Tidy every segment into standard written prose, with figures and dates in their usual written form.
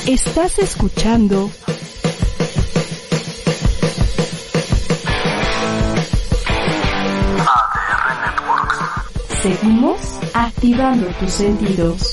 Estás escuchando ADR Networks. Seguimos activando tus sentidos.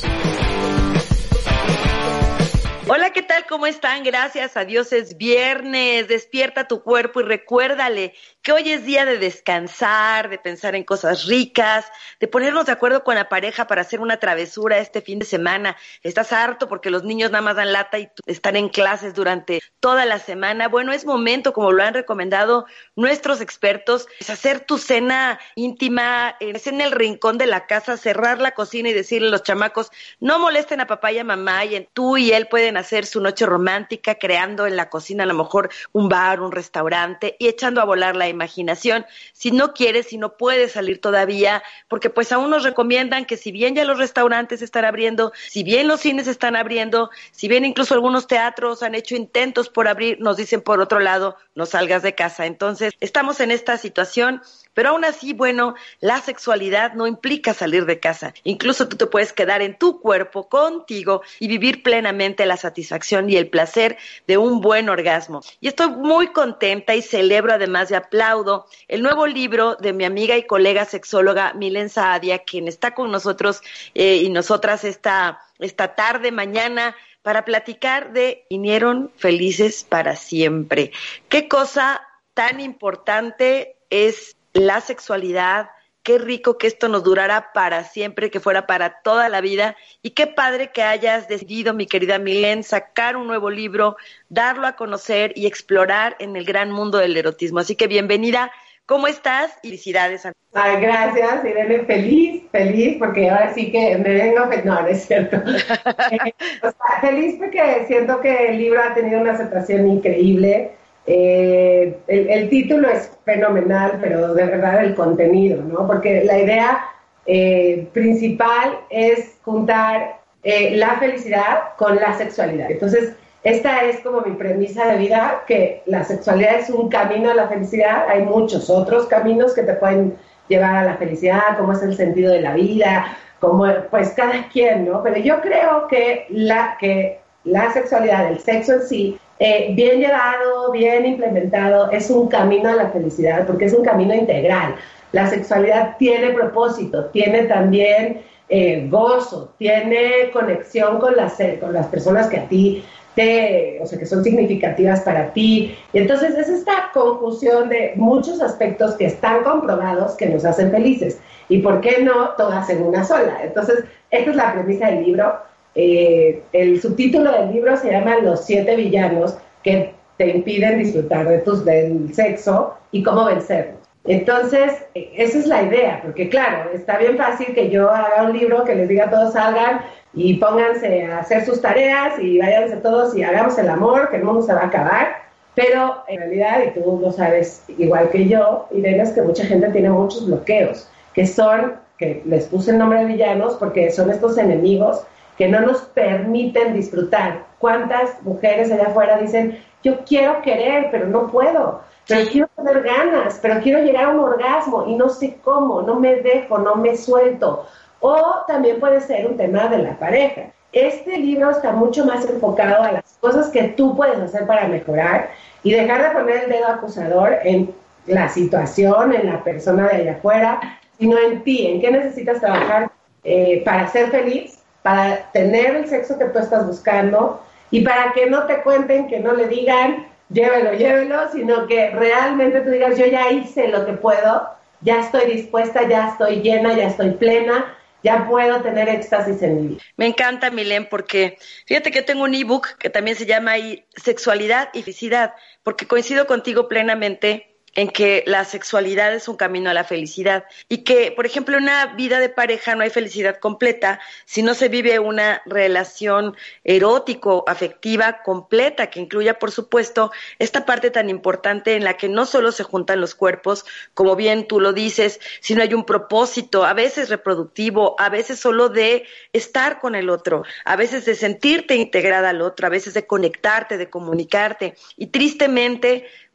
Hola, ¿qué tal? ¿Cómo están? Gracias a Dios es viernes. Despierta tu cuerpo y recuérdale que hoy es día de descansar, de pensar en cosas ricas, de ponernos de acuerdo con la pareja para hacer una travesura este fin de semana. Estás harto porque los niños nada más dan lata y están en clases durante toda la semana. Bueno, es momento, como lo han recomendado nuestros expertos, es hacer tu cena íntima, es en el rincón de la casa, cerrar la cocina y decirle a los chamacos, no molesten a papá y a mamá, y tú y él pueden hacer su noche romántica creando en la cocina a lo mejor un bar, un restaurante y echando a volar la imaginación. Si no quieres, si no puedes salir todavía, porque pues aún nos recomiendan que si bien ya los restaurantes están abriendo, si bien los cines están abriendo, si bien incluso algunos teatros han hecho intentos por abrir, nos dicen por otro lado, no salgas de casa. Entonces, estamos en esta situación, pero aún así, bueno, la sexualidad no implica salir de casa. Incluso tú te puedes quedar en tu cuerpo, contigo, y vivir plenamente la satisfacción y el placer de un buen orgasmo. Y estoy muy contenta y celebro, además de aplaudo, el nuevo libro de mi amiga y colega sexóloga Milen Saadia, quien está con nosotros y nosotras esta tarde, mañana, para platicar de Vinieron Felices para Siempre. Qué cosa tan importante es la sexualidad. Qué rico que esto nos durara para siempre, que fuera para toda la vida, y qué padre que hayas decidido, mi querida Milen, sacar un nuevo libro, darlo a conocer y explorar en el gran mundo del erotismo. Así que bienvenida, ¿cómo estás? Y felicidades. Ay, gracias, Irene, feliz, porque ahora sí que me vengo, no es cierto. Feliz porque siento que el libro ha tenido una aceptación increíble. El título es fenomenal, pero de verdad el contenido, ¿no? Porque la idea principal es juntar la felicidad con la sexualidad. Entonces, esta es como mi premisa de vida, que la sexualidad es un camino a la felicidad. Hay muchos otros caminos que te pueden llevar a la felicidad, como es el sentido de la vida, como pues cada quien, ¿no? Pero yo creo que la sexualidad, el sexo en sí, bien llevado, bien implementado, es un camino a la felicidad, porque es un camino integral. La sexualidad tiene propósito, tiene también gozo, tiene conexión con las personas que a ti o sea, que son significativas para ti. Y entonces es esta conjunción de muchos aspectos que están comprobados que nos hacen felices. Y por qué no todas en una sola. Entonces, esta es la premisa del libro. El subtítulo del libro se llama Los 7 villanos que te impiden disfrutar del sexo y cómo vencerlos. Entonces, esa es la idea, porque claro, está bien fácil que yo haga un libro que les diga a todos salgan y pónganse a hacer sus tareas y váyanse todos y hagamos el amor, que el mundo se va a acabar. Pero en realidad, y tú lo sabes igual que yo, Irene, es que mucha gente tiene muchos bloqueos, que les puse el nombre de villanos porque son estos enemigos que no nos permiten disfrutar. ¿Cuántas mujeres allá afuera dicen, yo quiero querer, pero no puedo, pero quiero tener ganas, pero quiero llegar a un orgasmo y no sé cómo, no me dejo, no me suelto? O también puede ser un tema de la pareja. Este libro está mucho más enfocado a las cosas que tú puedes hacer para mejorar y dejar de poner el dedo acusador en la situación, en la persona de allá afuera, sino en ti, en qué necesitas trabajar para ser feliz, para tener el sexo que tú estás buscando y para que no te cuenten, que no le digan llévelo, sino que realmente tú digas, yo ya hice lo que puedo, ya estoy dispuesta, ya estoy llena, ya estoy plena, ya puedo tener éxtasis en mi vida. Me encanta, Milen, porque fíjate que tengo un ebook que también se llama Sexualidad y Felicidad, porque coincido contigo plenamente en que la sexualidad es un camino a la felicidad y que, por ejemplo, en una vida de pareja no hay felicidad completa si no se vive una relación erótico-afectiva completa que incluya, por supuesto, esta parte tan importante en la que no solo se juntan los cuerpos, como bien tú lo dices, sino hay un propósito, a veces reproductivo, a veces solo de estar con el otro, a veces de sentirte integrada al otro, a veces de conectarte, de comunicarte. Y tristemente,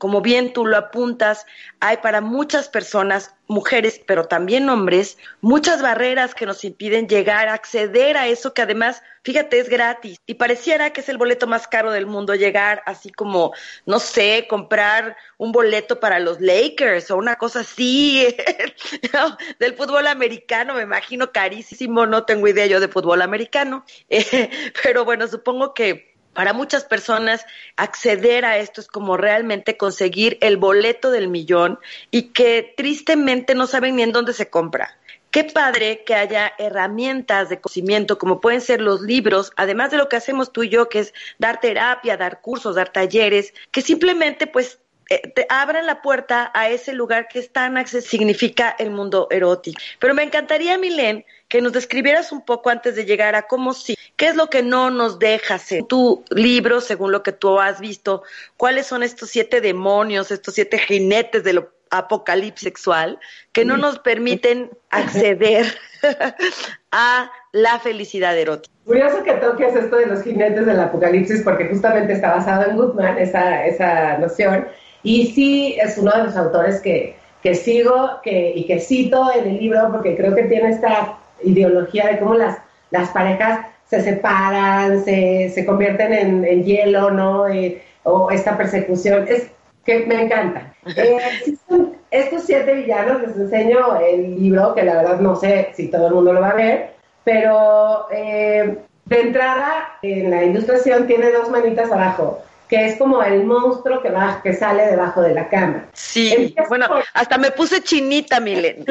como bien tú lo apuntas, hay para muchas personas, mujeres, pero también hombres, muchas barreras que nos impiden llegar a acceder a eso que además, fíjate, es gratis. Y pareciera que es el boleto más caro del mundo llegar, así como, no sé, comprar un boleto para los Lakers o una cosa así, no, del fútbol americano, me imagino carísimo, no tengo idea yo de fútbol americano, pero bueno, supongo que para muchas personas acceder a esto es como realmente conseguir el boleto del millón y que tristemente no saben ni en dónde se compra. Qué padre que haya herramientas de conocimiento como pueden ser los libros, además de lo que hacemos tú y yo, que es dar terapia, dar cursos, dar talleres, que simplemente pues te abran la puerta a ese lugar que es tan accesible, significa el mundo erótico. Pero me encantaría, Mylène, que nos describieras un poco antes de llegar a cómo sí, qué es lo que no nos deja hacer. Tu libro, según lo que tú has visto, ¿cuáles son estos 7 demonios, estos 7 jinetes del apocalipsis sexual que no nos permiten acceder a la felicidad erótica? Curioso que toques esto de los jinetes del apocalipsis porque justamente está basado en Goodman, esa noción, y sí es uno de los autores que sigo y que cito en el libro porque creo que tiene esta ideología de cómo las parejas se separan, se convierten en hielo, ¿no? O esta persecución, es que me encanta. Estos 7 villanos, les enseño el libro, que la verdad no sé si todo el mundo lo va a ver, pero de entrada en la ilustración tiene 2 manitas abajo, que es como el monstruo que sale debajo de la cama. Sí, bueno, hasta me puse chinita, Mylène.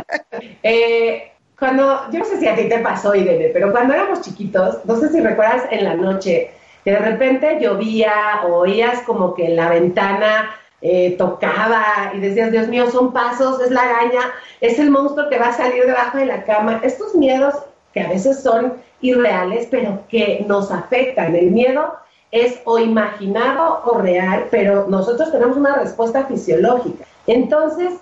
Yo no sé si a ti te pasó, Irene, pero cuando éramos chiquitos, no sé si recuerdas en la noche, que de repente llovía o oías como que en la ventana tocaba y decías, Dios mío, son pasos, es la araña, es el monstruo que va a salir debajo de la cama. Estos miedos que a veces son irreales, pero que nos afectan. El miedo es o imaginado o real, pero nosotros tenemos una respuesta fisiológica. Entonces,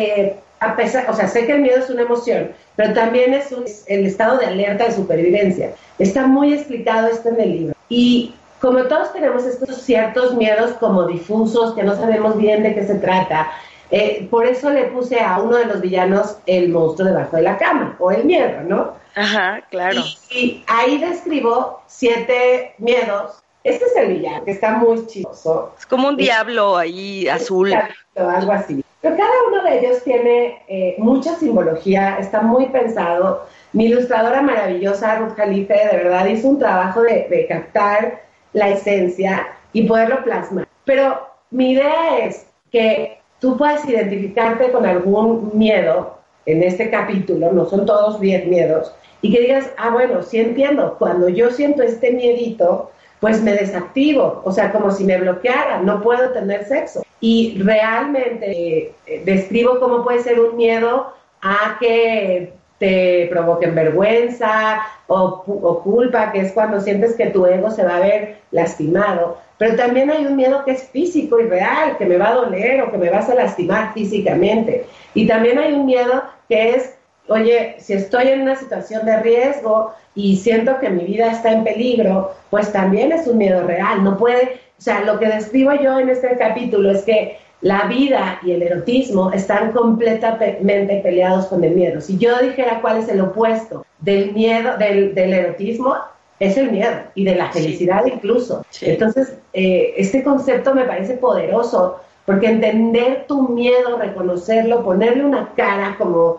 a pesar, o sea, sé que el miedo es una emoción, pero también es el estado de alerta de supervivencia. Está muy explicado esto en el libro. Y como todos tenemos estos ciertos miedos como difusos, que no sabemos bien de qué se trata, por eso le puse a uno de los villanos el monstruo debajo de la cama, o el miedo, ¿no? Ajá, claro. Y ahí describo 7 miedos. Este es el villano, que está muy chistoso. Es como un diablo ahí azul. Algo así. Pero cada uno de ellos tiene mucha simbología, está muy pensado. Mi ilustradora maravillosa, Ruth Jalife, de verdad hizo un trabajo de captar la esencia y poderlo plasmar. Pero mi idea es que tú puedas identificarte con algún miedo en este capítulo, no son todos 10 miedos, y que digas, bueno, sí entiendo, cuando yo siento este miedito, pues me desactivo, o sea, como si me bloqueara, no puedo tener sexo. Y realmente describo cómo puede ser un miedo a que te provoquen vergüenza o culpa, que es cuando sientes que tu ego se va a ver lastimado. Pero también hay un miedo que es físico y real, que me va a doler o que me vas a lastimar físicamente. Y también hay un miedo que es, oye, si estoy en una situación de riesgo y siento que mi vida está en peligro, pues también es un miedo real. No puede, o sea, lo que describo yo en este capítulo es que la vida y el erotismo están completamente peleados con el miedo. Si yo dijera cuál es el opuesto del miedo, del erotismo, es el miedo, y de la felicidad incluso. Sí. Entonces, este concepto me parece poderoso, porque entender tu miedo, reconocerlo, ponerle una cara como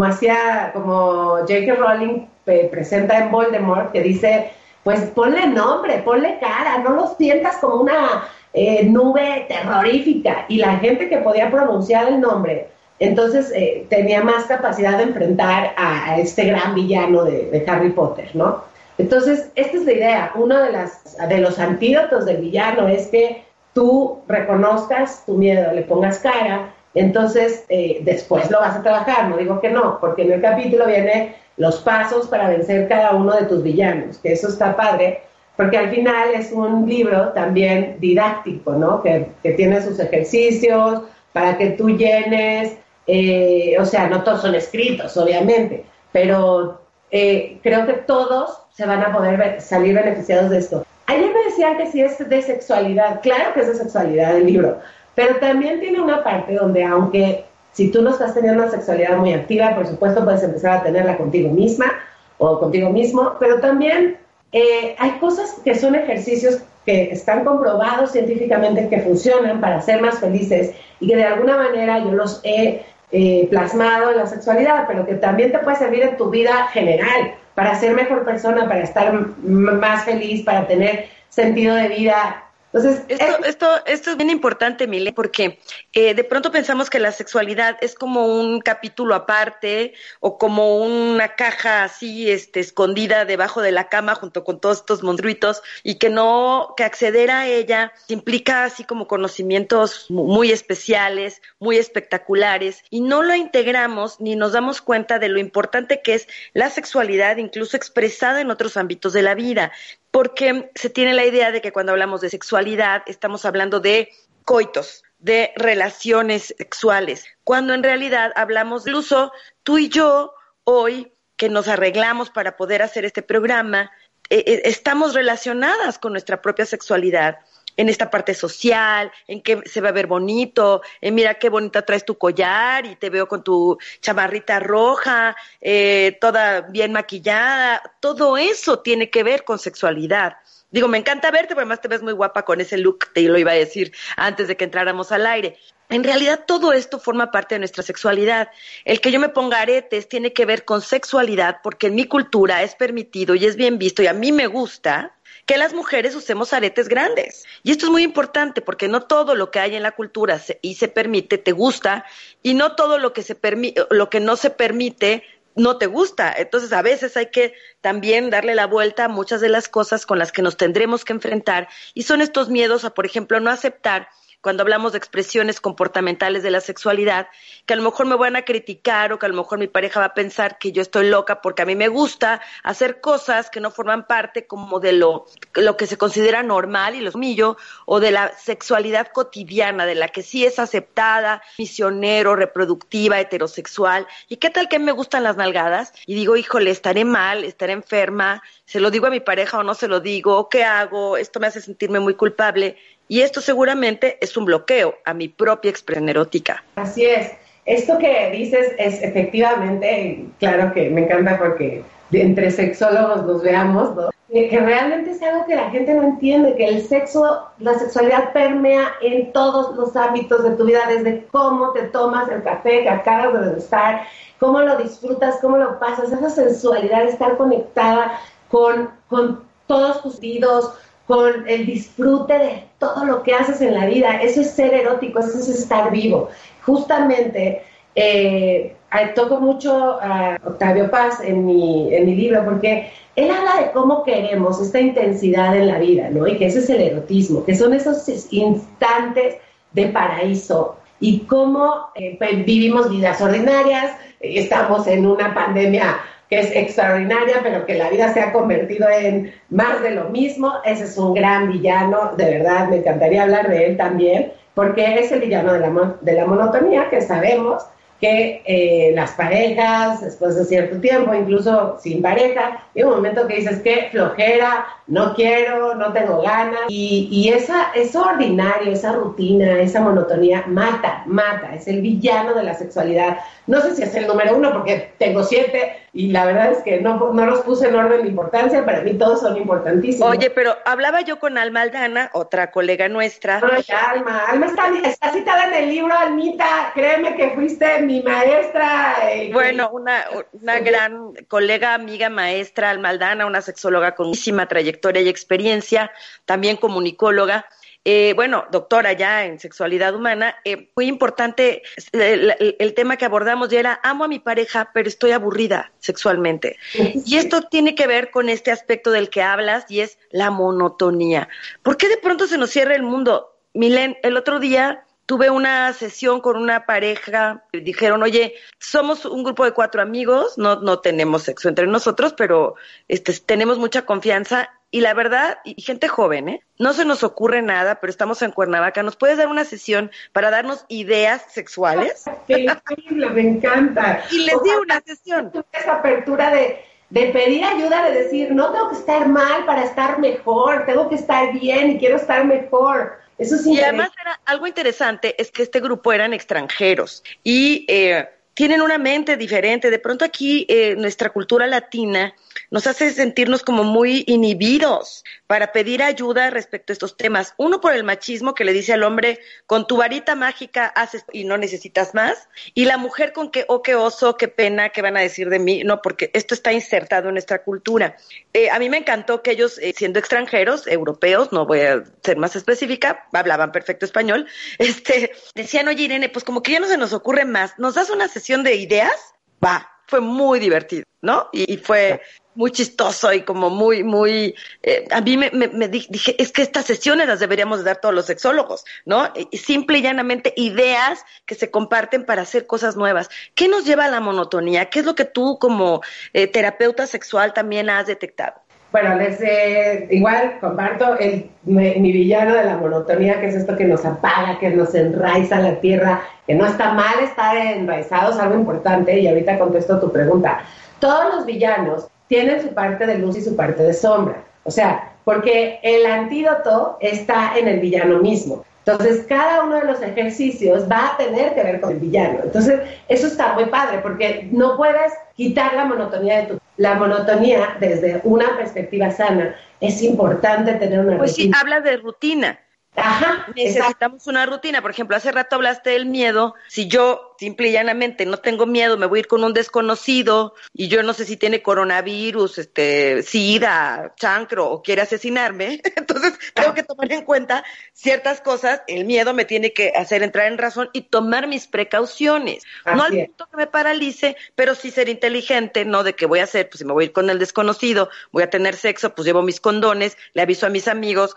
J.K. Rowling presenta en Voldemort, que dice, pues ponle nombre, ponle cara, no lo sientas como una nube terrorífica. Y la gente que podía pronunciar el nombre, entonces tenía más capacidad de enfrentar a este gran villano de Harry Potter, ¿no? Entonces, esta es la idea. Uno de los antídotos del villano es que tú reconozcas tu miedo, le pongas cara, entonces después lo vas a trabajar. No digo que no, porque en el capítulo vienen los pasos para vencer cada uno de tus villanos, que eso está padre, porque al final es un libro también didáctico, ¿no? Que tiene sus ejercicios para que tú llenes, o sea, no todos son escritos, obviamente, pero creo que todos se van a poder salir beneficiados de esto. Ayer me decían que si es de sexualidad. Claro que es de sexualidad el libro, pero también tiene una parte donde, aunque si tú no estás teniendo una sexualidad muy activa, por supuesto puedes empezar a tenerla contigo misma o contigo mismo, pero también hay cosas que son ejercicios que están comprobados científicamente que funcionan para ser más felices y que de alguna manera yo los he plasmado en la sexualidad, pero que también te puede servir en tu vida general, para ser mejor persona, para estar más feliz, para tener sentido de vida. Entonces, esto es bien importante, Mile, porque de pronto pensamos que la sexualidad es como un capítulo aparte o como una caja así escondida debajo de la cama junto con todos estos monstruitos, y que acceder a ella implica así como conocimientos muy especiales, muy espectaculares, y no lo integramos ni nos damos cuenta de lo importante que es la sexualidad, incluso expresada en otros ámbitos de la vida. Porque se tiene la idea de que cuando hablamos de sexualidad estamos hablando de coitos, de relaciones sexuales, cuando en realidad hablamos, incluso tú y yo hoy que nos arreglamos para poder hacer este programa, estamos relacionadas con nuestra propia sexualidad, en esta parte social, en que se va a ver bonito, mira qué bonita traes tu collar y te veo con tu chamarrita roja, toda bien maquillada. Todo eso tiene que ver con sexualidad. Digo, me encanta verte, pero además te ves muy guapa con ese look, te lo iba a decir antes de que entráramos al aire. En realidad todo esto forma parte de nuestra sexualidad. El que yo me ponga aretes tiene que ver con sexualidad, porque en mi cultura es permitido y es bien visto y a mí me gusta que las mujeres usemos aretes grandes. Y esto es muy importante porque no todo lo que hay en la cultura y se permite te gusta, y no todo lo que no se permite no te gusta. Entonces a veces hay que también darle la vuelta a muchas de las cosas con las que nos tendremos que enfrentar, y son estos miedos a, por ejemplo, no aceptar cuando hablamos de expresiones comportamentales de la sexualidad, que a lo mejor me van a criticar o que a lo mejor mi pareja va a pensar que yo estoy loca porque a mí me gusta hacer cosas que no forman parte como de lo que se considera normal, y lo humillo, o de la sexualidad cotidiana, de la que sí es aceptada, misionero, reproductiva, heterosexual. ¿Y qué tal que me gustan las nalgadas? Y digo, híjole, estaré mal, estaré enferma, ¿se lo digo a mi pareja o no se lo digo? ¿Qué hago? Esto me hace sentirme muy culpable. Y esto seguramente es un bloqueo a mi propia expresión erótica. Así es. Esto que dices es efectivamente, claro que me encanta porque entre sexólogos nos veamos, ¿no? Que realmente es algo que la gente no entiende, que el sexo, la sexualidad permea en todos los ámbitos de tu vida, desde cómo te tomas el café que acabas de degustar, cómo lo disfrutas, cómo lo pasas, esa sensualidad, estar conectada con todos tus sentidos, con el disfrute de todo lo que haces en la vida. Eso es ser erótico, eso es estar vivo. Justamente toco mucho a Octavio Paz en mi libro, porque él habla de cómo queremos esta intensidad en la vida, ¿no? Y que ese es el erotismo, que son esos instantes de paraíso, y cómo vivimos vidas ordinarias. Estamos en una pandemia que es extraordinaria, pero que la vida se ha convertido en más de lo mismo. Ese es un gran villano, de verdad, me encantaría hablar de él también, porque es el villano de la monotonía, que sabemos que las parejas, después de cierto tiempo, incluso sin pareja, hay un momento que dices, qué flojera, no quiero, no tengo ganas, y eso ordinario, esa rutina, esa monotonía, mata, es el villano de la sexualidad. No sé si es el número 1, porque tengo 7, y la verdad es que no los puse en orden de importancia. Para mí todos son importantísimos. Oye, pero hablaba yo con Alma Aldana, otra colega nuestra. Ay, Alma está citada en el libro, Almita, créeme que fuiste mi maestra. Bueno, una gran colega, amiga, maestra, Alma Aldana, una sexóloga con muchísima trayectoria y experiencia, también comunicóloga. Doctora ya en sexualidad humana. Muy importante el tema que abordamos ya era: amo a mi pareja, pero estoy aburrida sexualmente. Y esto tiene que ver con este aspecto del que hablas, y es la monotonía. ¿Por qué de pronto se nos cierra el mundo? Milen, el otro día tuve una sesión con una pareja, dijeron, oye, somos un grupo de 4 amigos, no tenemos sexo entre nosotros, pero tenemos mucha confianza, y la verdad, y gente joven, no se nos ocurre nada, pero estamos en Cuernavaca, ¿nos puedes dar una sesión para darnos ideas sexuales? ¡Qué increíble! Me encanta. Y les di una sesión. Esa apertura de pedir ayuda, de decir, no tengo que estar mal para estar mejor, tengo que estar bien y quiero estar mejor. Eso es Y increíble. además era algo interesante, es que este grupo eran extranjeros y tienen una mente diferente. De pronto aquí nuestra cultura latina nos hace sentirnos como muy inhibidos para pedir ayuda respecto a estos temas. Uno, por el machismo que le dice al hombre, con tu varita mágica haces y no necesitas más. Y la mujer con que, oh, qué oso, qué pena, qué van a decir de mí. No, porque esto está insertado en nuestra cultura. A mí me encantó que ellos, siendo extranjeros, europeos, no voy a ser más específica, hablaban perfecto español, decían, oye, Irene, pues como que ya no se nos ocurre más. ¿Nos das una sesión de ideas? Va, fue muy divertido, ¿no? Y fue muy chistoso y como muy, a mí dije, es que estas sesiones las deberíamos de dar todos los sexólogos, ¿no? Y simple y llanamente ideas que se comparten para hacer cosas nuevas. ¿Qué nos lleva a la monotonía? ¿Qué es lo que tú como terapeuta sexual también has detectado? Bueno, igual comparto mi villano de la monotonía, que es esto que nos apaga, que nos enraiza a la tierra, que no está mal estar enraizados, algo importante, y ahorita contesto tu pregunta. Todos los villanos tienen su parte de luz y su parte de sombra, o sea, porque el antídoto está en el villano mismo. Entonces, cada uno de los ejercicios va a tener que ver con el villano. Entonces, eso está muy padre, porque no puedes quitar la monotonía de tu... La monotonía, desde una perspectiva sana, es importante tener una Pues rutina. sí, hablas de rutina. Ajá, Necesitamos una rutina. Por ejemplo, hace rato hablaste del miedo. Si yo simple y llanamente no tengo miedo, me voy a ir con un desconocido y yo no sé si tiene coronavirus, sida, chancro o quiere asesinarme, entonces tengo que tomar en cuenta ciertas cosas. El miedo me tiene que hacer entrar en razón y tomar mis precauciones. No al punto que me paralice, pero sí ser inteligente, ¿no? De qué voy a hacer, pues si me voy a ir con el desconocido, voy a tener sexo, pues llevo mis condones, le aviso a mis amigos.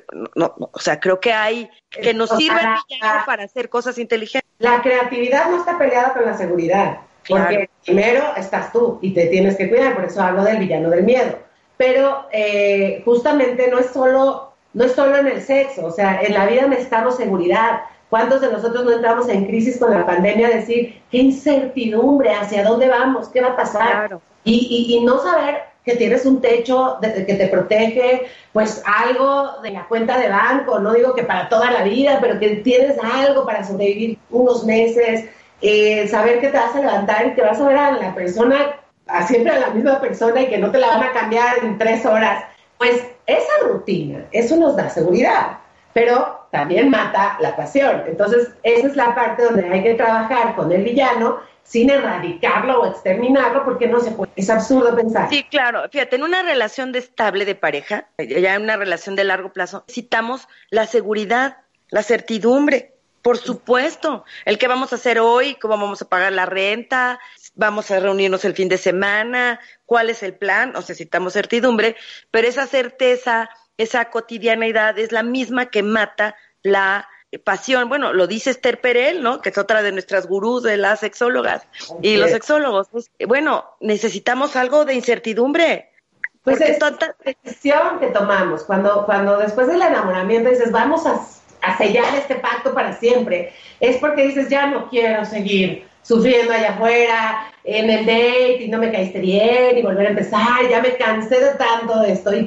O sea, creo que hay que nos sirve el villano para hacer cosas inteligentes. La creatividad no está peleada con la seguridad, Claro. porque primero estás tú y te tienes que cuidar, por eso hablo del villano del miedo. Pero justamente no es solo en el sexo, o sea, en la vida necesitamos seguridad. ¿Cuántos de nosotros no entramos en crisis con la pandemia a decir, qué incertidumbre, hacia dónde vamos, qué va a pasar? Claro. Y no saber que tienes un techo que te protege, pues algo de la cuenta de banco, no digo que para toda la vida, pero que tienes algo para sobrevivir unos meses, saber que te vas a levantar y que vas a ver a la persona, siempre a la misma persona y que no te la van a cambiar en 3 horas. Pues esa rutina, eso nos da seguridad, pero también mata la pasión. Entonces, esa es la parte donde hay que trabajar con el villano sin erradicarlo o exterminarlo, porque no se puede. Es absurdo pensar. Sí, claro. Fíjate, en una relación estable de pareja, ya en una relación de largo plazo, necesitamos la seguridad, la certidumbre. Por supuesto, el que vamos a hacer hoy, cómo vamos a pagar la renta, vamos a reunirnos el fin de semana, cuál es el plan, o sea, necesitamos certidumbre, pero esa certeza, esa cotidianeidad es la misma que mata la pasión. Bueno, lo dice Esther Perel, ¿no? Que es otra de nuestras gurús de las sexólogas y los sexólogos. Pues, bueno, necesitamos algo de incertidumbre. Pues es la decisión que tomamos cuando después del enamoramiento dices, vamos a sellar este pacto para siempre, es porque dices, ya no quiero seguir sufriendo allá afuera, en el date, y no me caíste bien, y volver a empezar, ya me cansé de tanto de esto,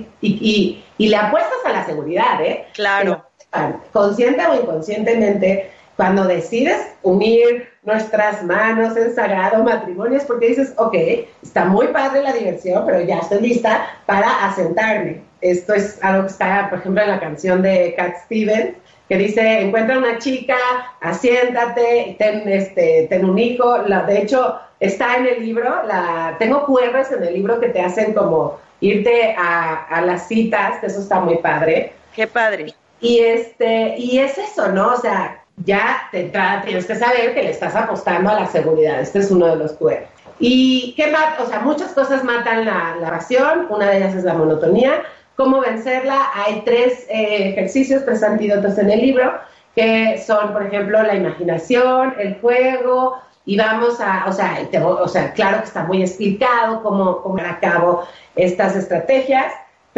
y le apuestas a la seguridad, ¿eh? Claro. Consciente o inconscientemente, cuando decides unir nuestras manos en sagrado matrimonio, es porque dices, ok, está muy padre la diversión, pero ya estoy lista para asentarme. Esto es algo que está, por ejemplo, en la canción de Cat Stevens, que dice, encuentra una chica, asiéntate, ten un hijo. De hecho, está en el libro, tengo QRs en el libro que te hacen como irte a las citas, que eso está muy padre. Qué padre. Y es eso, ¿no? O sea, ya de entrada tienes que saber que le estás apostando a la seguridad. Este es uno de los QRs. Y qué mata, o sea, muchas cosas matan la pasión, una de ellas es la monotonía. ¿Cómo vencerla? Hay 3 ejercicios, 3 antídotos en el libro, que son, por ejemplo, la imaginación, el juego, y vamos a, o sea, claro que está muy explicado cómo llevar a cabo estas estrategias,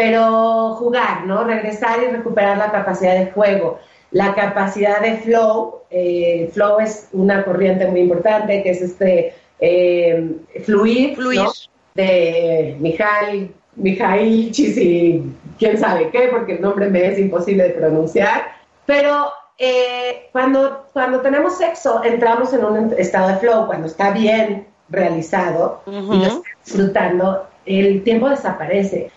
pero jugar, ¿no? Regresar y recuperar la capacidad de juego, la capacidad de flow. Flow es una corriente muy importante, que es fluir, ¿no? De Mijail Chisi, quién sabe qué, porque el nombre me es imposible de pronunciar, Pero cuando tenemos sexo, entramos en un estado de flow, cuando está bien realizado y lo está disfrutando, el tiempo desaparece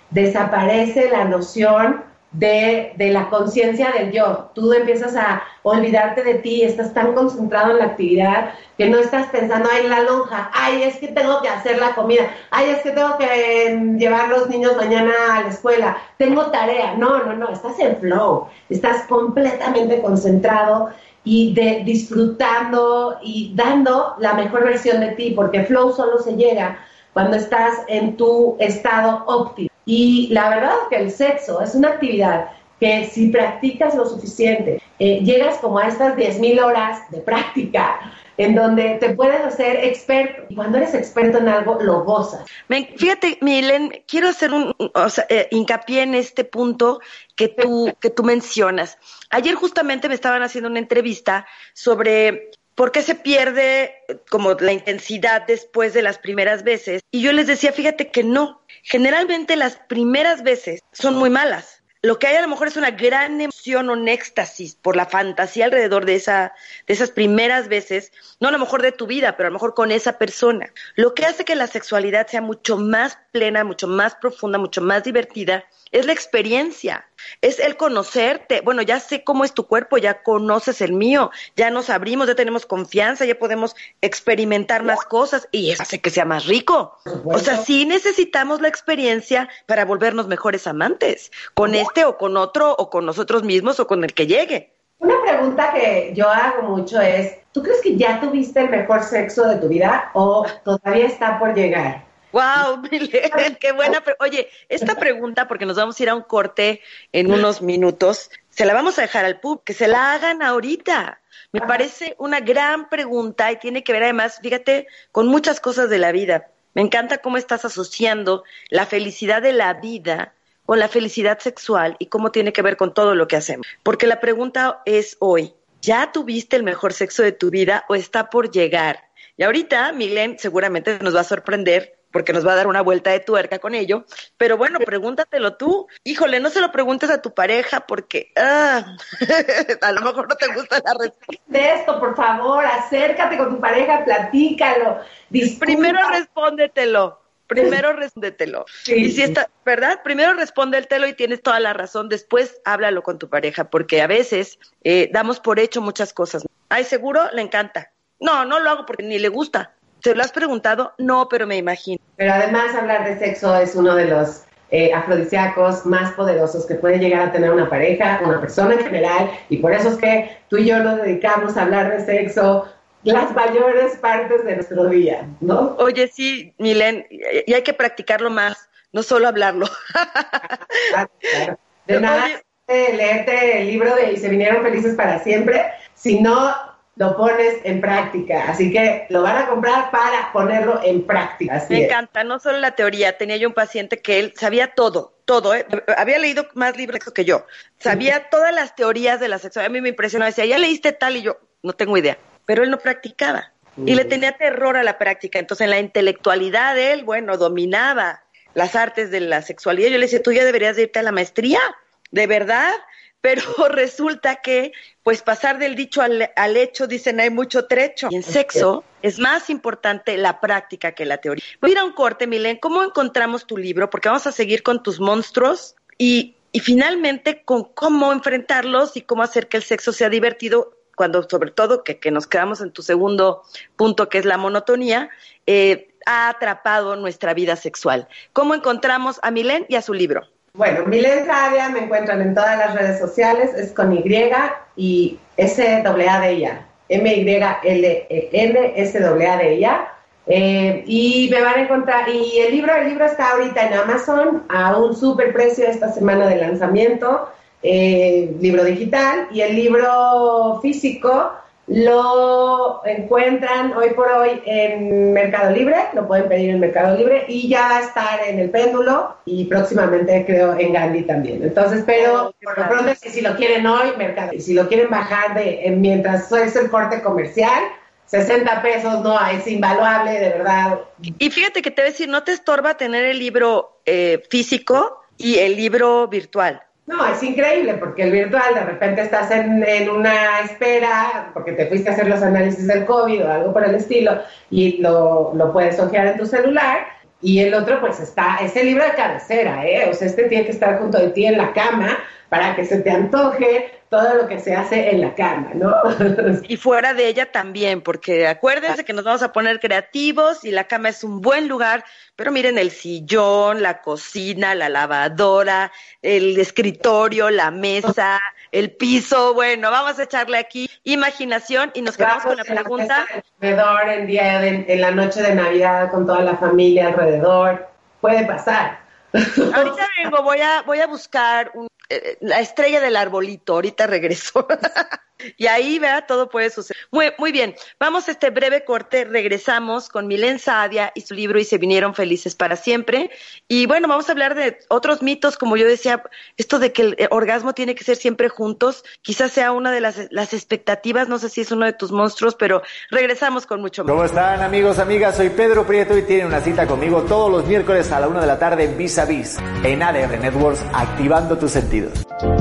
la noción de la conciencia del yo. Tú empiezas a olvidarte de ti, estás tan concentrado en la actividad que no estás pensando, ay, la lonja, ay, es que tengo que hacer la comida, ay, es que tengo que llevar los niños mañana a la escuela, tengo tarea. No, estás en flow, estás completamente concentrado y disfrutando y dando la mejor versión de ti, porque flow solo se llega cuando estás en tu estado óptimo. Y la verdad es que el sexo es una actividad que si practicas lo suficiente, llegas como a estas 10,000 horas de práctica, en donde te puedes hacer experto. Y cuando eres experto en algo, lo gozas. Fíjate, Milen, quiero hacer hincapié en este punto que tú mencionas. Ayer justamente me estaban haciendo una entrevista sobre ¿por qué se pierde como la intensidad después de las primeras veces? Y yo les decía, fíjate que no. Generalmente las primeras veces son muy malas. Lo que hay a lo mejor es una gran emoción o un éxtasis por la fantasía alrededor de esas primeras veces, no a lo mejor de tu vida, pero a lo mejor con esa persona. Lo que hace que la sexualidad sea mucho más plena, mucho más profunda, mucho más divertida, es la experiencia, es el conocerte. Bueno, ya sé cómo es tu cuerpo, ya conoces el mío, ya nos abrimos, ya tenemos confianza, ya podemos experimentar más cosas y eso hace que sea más rico. O sea, sí necesitamos la experiencia para volvernos mejores amantes, con este o con otro o con nosotros mismos o con el que llegue. Una pregunta que yo hago mucho es, ¿tú crees que ya tuviste el mejor sexo de tu vida o todavía está por llegar? Wow, Milen, qué buena. Oye, esta pregunta, porque nos vamos a ir a un corte en unos minutos, se la vamos a dejar al público, que se la hagan ahorita. Me parece una gran pregunta y tiene que ver además, fíjate, con muchas cosas de la vida. Me encanta cómo estás asociando la felicidad de la vida con la felicidad sexual y cómo tiene que ver con todo lo que hacemos. Porque la pregunta es hoy, ¿ya tuviste el mejor sexo de tu vida o está por llegar? Y ahorita Milen seguramente nos va a sorprender porque nos va a dar una vuelta de tuerca con ello, pero bueno, pregúntatelo tú. Híjole, no se lo preguntes a tu pareja porque a lo mejor no te gusta la respuesta. De esto, por favor, acércate con tu pareja, platícalo. Primero respóndetelo. Sí. Y si está, ¿verdad? Primero respóndetelo y tienes toda la razón, después háblalo con tu pareja, porque a veces damos por hecho muchas cosas. Ay, seguro le encanta. No lo hago porque ni le gusta. ¿Se lo has preguntado? No, pero me imagino. Pero además hablar de sexo es uno de los afrodisíacos más poderosos que puede llegar a tener una pareja, una persona en general, y por eso es que tú y yo nos dedicamos a hablar de sexo las mayores partes de nuestro día, ¿no? Oye, sí, Milen, y hay que practicarlo más, no solo hablarlo. Claro. De nada, leerte el libro de Y se vinieron felices para siempre, si no lo pones en práctica, así que lo van a comprar para ponerlo en práctica. Así Me encanta, no solo la teoría, tenía yo un paciente que él sabía todo, había leído más libros que yo, sabía todas las teorías de la sexualidad, a mí me impresionaba, decía, ya leíste tal, y yo, no tengo idea, pero él no practicaba, y le tenía terror a la práctica, entonces en la intelectualidad él, bueno, dominaba las artes de la sexualidad, yo le decía, tú ya deberías de irte a la maestría, ¿de verdad? Pero resulta que, pues pasar del dicho al hecho, dicen, hay mucho trecho. Y en sexo es más importante la práctica que la teoría. Voy a ir a un corte, Milen. ¿Cómo encontramos tu libro? Porque vamos a seguir con tus monstruos y finalmente con cómo enfrentarlos y cómo hacer que el sexo sea divertido cuando, sobre todo, que nos quedamos en tu segundo punto, que es la monotonía, ha atrapado nuestra vida sexual. ¿Cómo encontramos a Milen y a su libro? Bueno, Milen Saadia me encuentran en todas las redes sociales, es con Y y S-A-D-I-A, M-Y-L-E-N-S-A-D-I-A, y me van a encontrar, y el libro está ahorita en Amazon a un súper precio esta semana de lanzamiento, libro digital, y el libro físico lo encuentran hoy por hoy en Mercado Libre, lo pueden pedir en Mercado Libre y ya va a estar en El Péndulo y próximamente creo en Gandhi también. Entonces, pero por lo pronto si lo quieren hoy, Mercado, y si lo quieren bajar mientras es el corte comercial, 60 pesos, no, es invaluable, de verdad. Y fíjate que te voy a decir, no te estorba tener el libro físico y el libro virtual. No, es increíble porque el virtual de repente estás en una espera porque te fuiste a hacer los análisis del COVID o algo por el estilo y lo puedes ojear en tu celular, y el otro pues es el libro de cabecera, o sea, este tiene que estar junto de ti en la cama para que se te antoje todo lo que se hace en la cama, ¿no? Y fuera de ella también, porque acuérdense que nos vamos a poner creativos y la cama es un buen lugar, pero miren el sillón, la cocina, la lavadora, el escritorio, la mesa, el piso, bueno, vamos a echarle aquí imaginación y nos quedamos con la pregunta. Alrededor, en la noche de Navidad con toda la familia alrededor, puede pasar. Ahorita vengo, voy a buscar la estrella del arbolito, ahorita regreso. Y ahí, vea, todo puede suceder. Muy bien, vamos a este breve corte, regresamos con Mylène Saadia y su libro Y se vinieron felices para siempre. Y bueno, vamos a hablar de otros mitos, como yo decía, esto de que el orgasmo tiene que ser siempre juntos, quizás sea una de las expectativas, no sé si es uno de tus monstruos, pero regresamos con mucho más. ¿Cómo están, amigos, amigas? Soy Pedro Prieto y tienen una cita conmigo todos los miércoles a la 1 de la tarde en Vis a Vis, en ADR Networks, activando tus sentidos.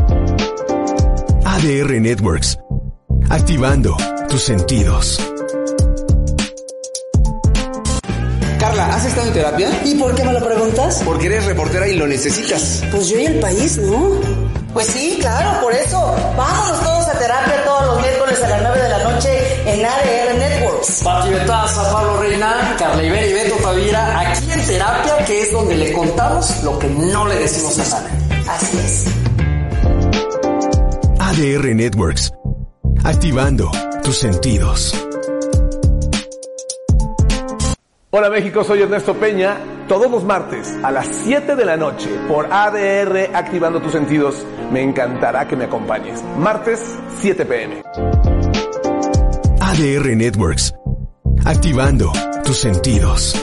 ADR Networks, activando tus sentidos. Carla, ¿has estado en terapia? ¿Y por qué me lo preguntas? Porque eres reportera y lo necesitas. Pues yo y el país, ¿no? Pues sí, claro, por eso. Vámonos todos a terapia todos los miércoles a las 9 de la noche en ADR Networks. Pati Betaza, Pablo Reina, Carla Ibero y Beto Tavira, aquí en terapia, que es donde le contamos lo que no le decimos a nadie. Así es. ADR Networks, activando tus sentidos. Hola México, soy Ernesto Peña. Todos los martes a las 7 de la noche por ADR Activando tus Sentidos. Me encantará que me acompañes. Martes, 7 p.m. ADR Networks, activando tus sentidos.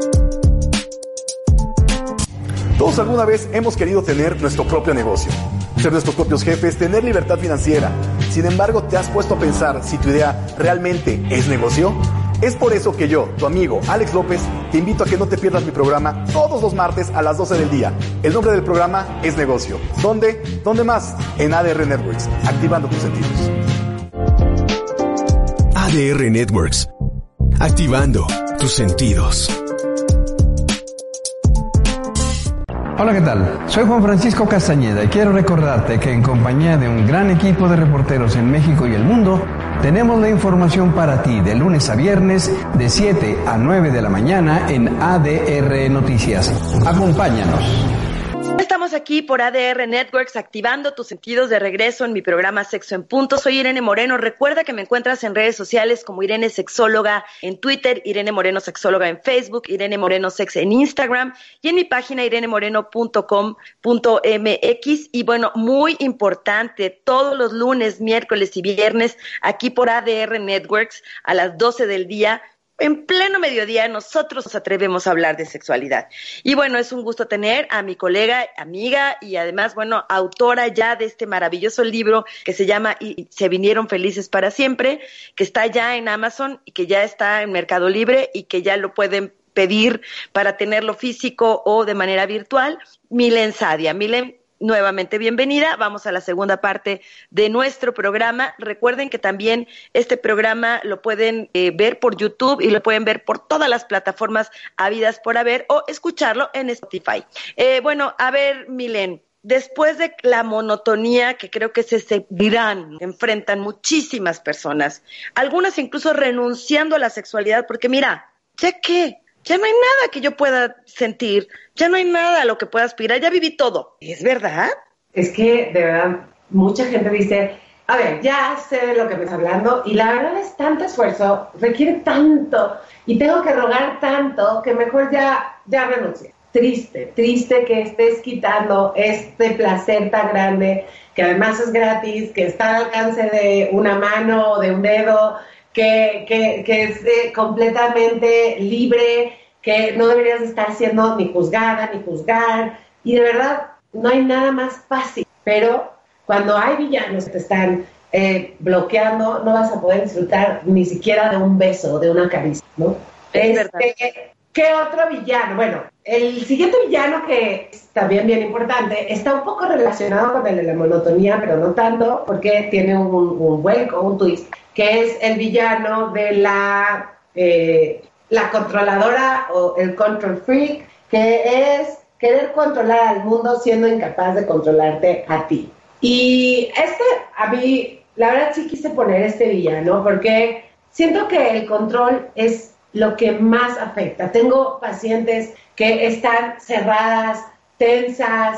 Todos alguna vez hemos querido tener nuestro propio negocio, ser nuestros propios jefes, tener libertad financiera. Sin embargo, ¿te has puesto a pensar si tu idea realmente es negocio? Es por eso que yo, tu amigo Alex López, te invito a que no te pierdas mi programa todos los martes a las 12 del día. El nombre del programa es Negocio. ¿Dónde? ¿Dónde más? En ADR Networks, activando tus sentidos. ADR Networks, activando tus sentidos. Hola, ¿qué tal? Soy Juan Francisco Castañeda y quiero recordarte que en compañía de un gran equipo de reporteros en México y el mundo, tenemos la información para ti de lunes a viernes de 7 a 9 de la mañana en ADR Noticias. Acompáñanos. Estamos aquí por ADR Networks, activando tus sentidos, de regreso en mi programa Sexo en Punto. Soy Irene Moreno. Recuerda que me encuentras en redes sociales como Irene Sexóloga en Twitter, Irene Moreno Sexóloga en Facebook, Irene Moreno Sex en Instagram y en mi página irenemoreno.com.mx. Y bueno, muy importante, todos los lunes, miércoles y viernes aquí por ADR Networks a las 12 del día, en pleno mediodía, nosotros nos atrevemos a hablar de sexualidad. Y bueno, es un gusto tener a mi colega, amiga y además, bueno, autora ya de este maravilloso libro que se llama Y se vinieron felices para siempre, que está ya en Amazon y que ya está en Mercado Libre y que ya lo pueden pedir para tenerlo físico o de manera virtual. Mylène Saadia. Mylène, nuevamente bienvenida. Vamos a la segunda parte de nuestro programa. Recuerden que también este programa lo pueden ver por YouTube y lo pueden ver por todas las plataformas habidas por haber o escucharlo en Spotify. Bueno, a ver, Mylène, después de la monotonía que creo que se enfrentan muchísimas personas, algunas incluso renunciando a la sexualidad porque mira, ya no hay nada que yo pueda sentir, ya no hay nada a lo que pueda aspirar, ya viví todo. ¿Es verdad? Es que, de verdad, mucha gente dice, a ver, ya sé de lo que me estás hablando, y la verdad es tanto esfuerzo, requiere tanto, y tengo que rogar tanto, que mejor ya renuncie. Triste que estés quitando este placer tan grande, que además es gratis, que está al alcance de una mano o de un dedo, que es completamente libre, que no deberías estar siendo ni juzgada ni juzgar, y de verdad no hay nada más fácil, pero cuando hay villanos que te están bloqueando, no vas a poder disfrutar ni siquiera de un beso, de una caricia, ¿no? Es verdad. ¿Qué otro villano? Bueno, el siguiente villano, que es también bien importante, está un poco relacionado con el de la monotonía, pero no tanto, porque tiene un vuelco, un twist, que es el villano de la controladora o el control freak, que es querer controlar al mundo siendo incapaz de controlarte a ti. Y a mí, la verdad sí quise poner este villano, porque siento que el control es lo que más afecta. Tengo pacientes que están cerradas, tensas,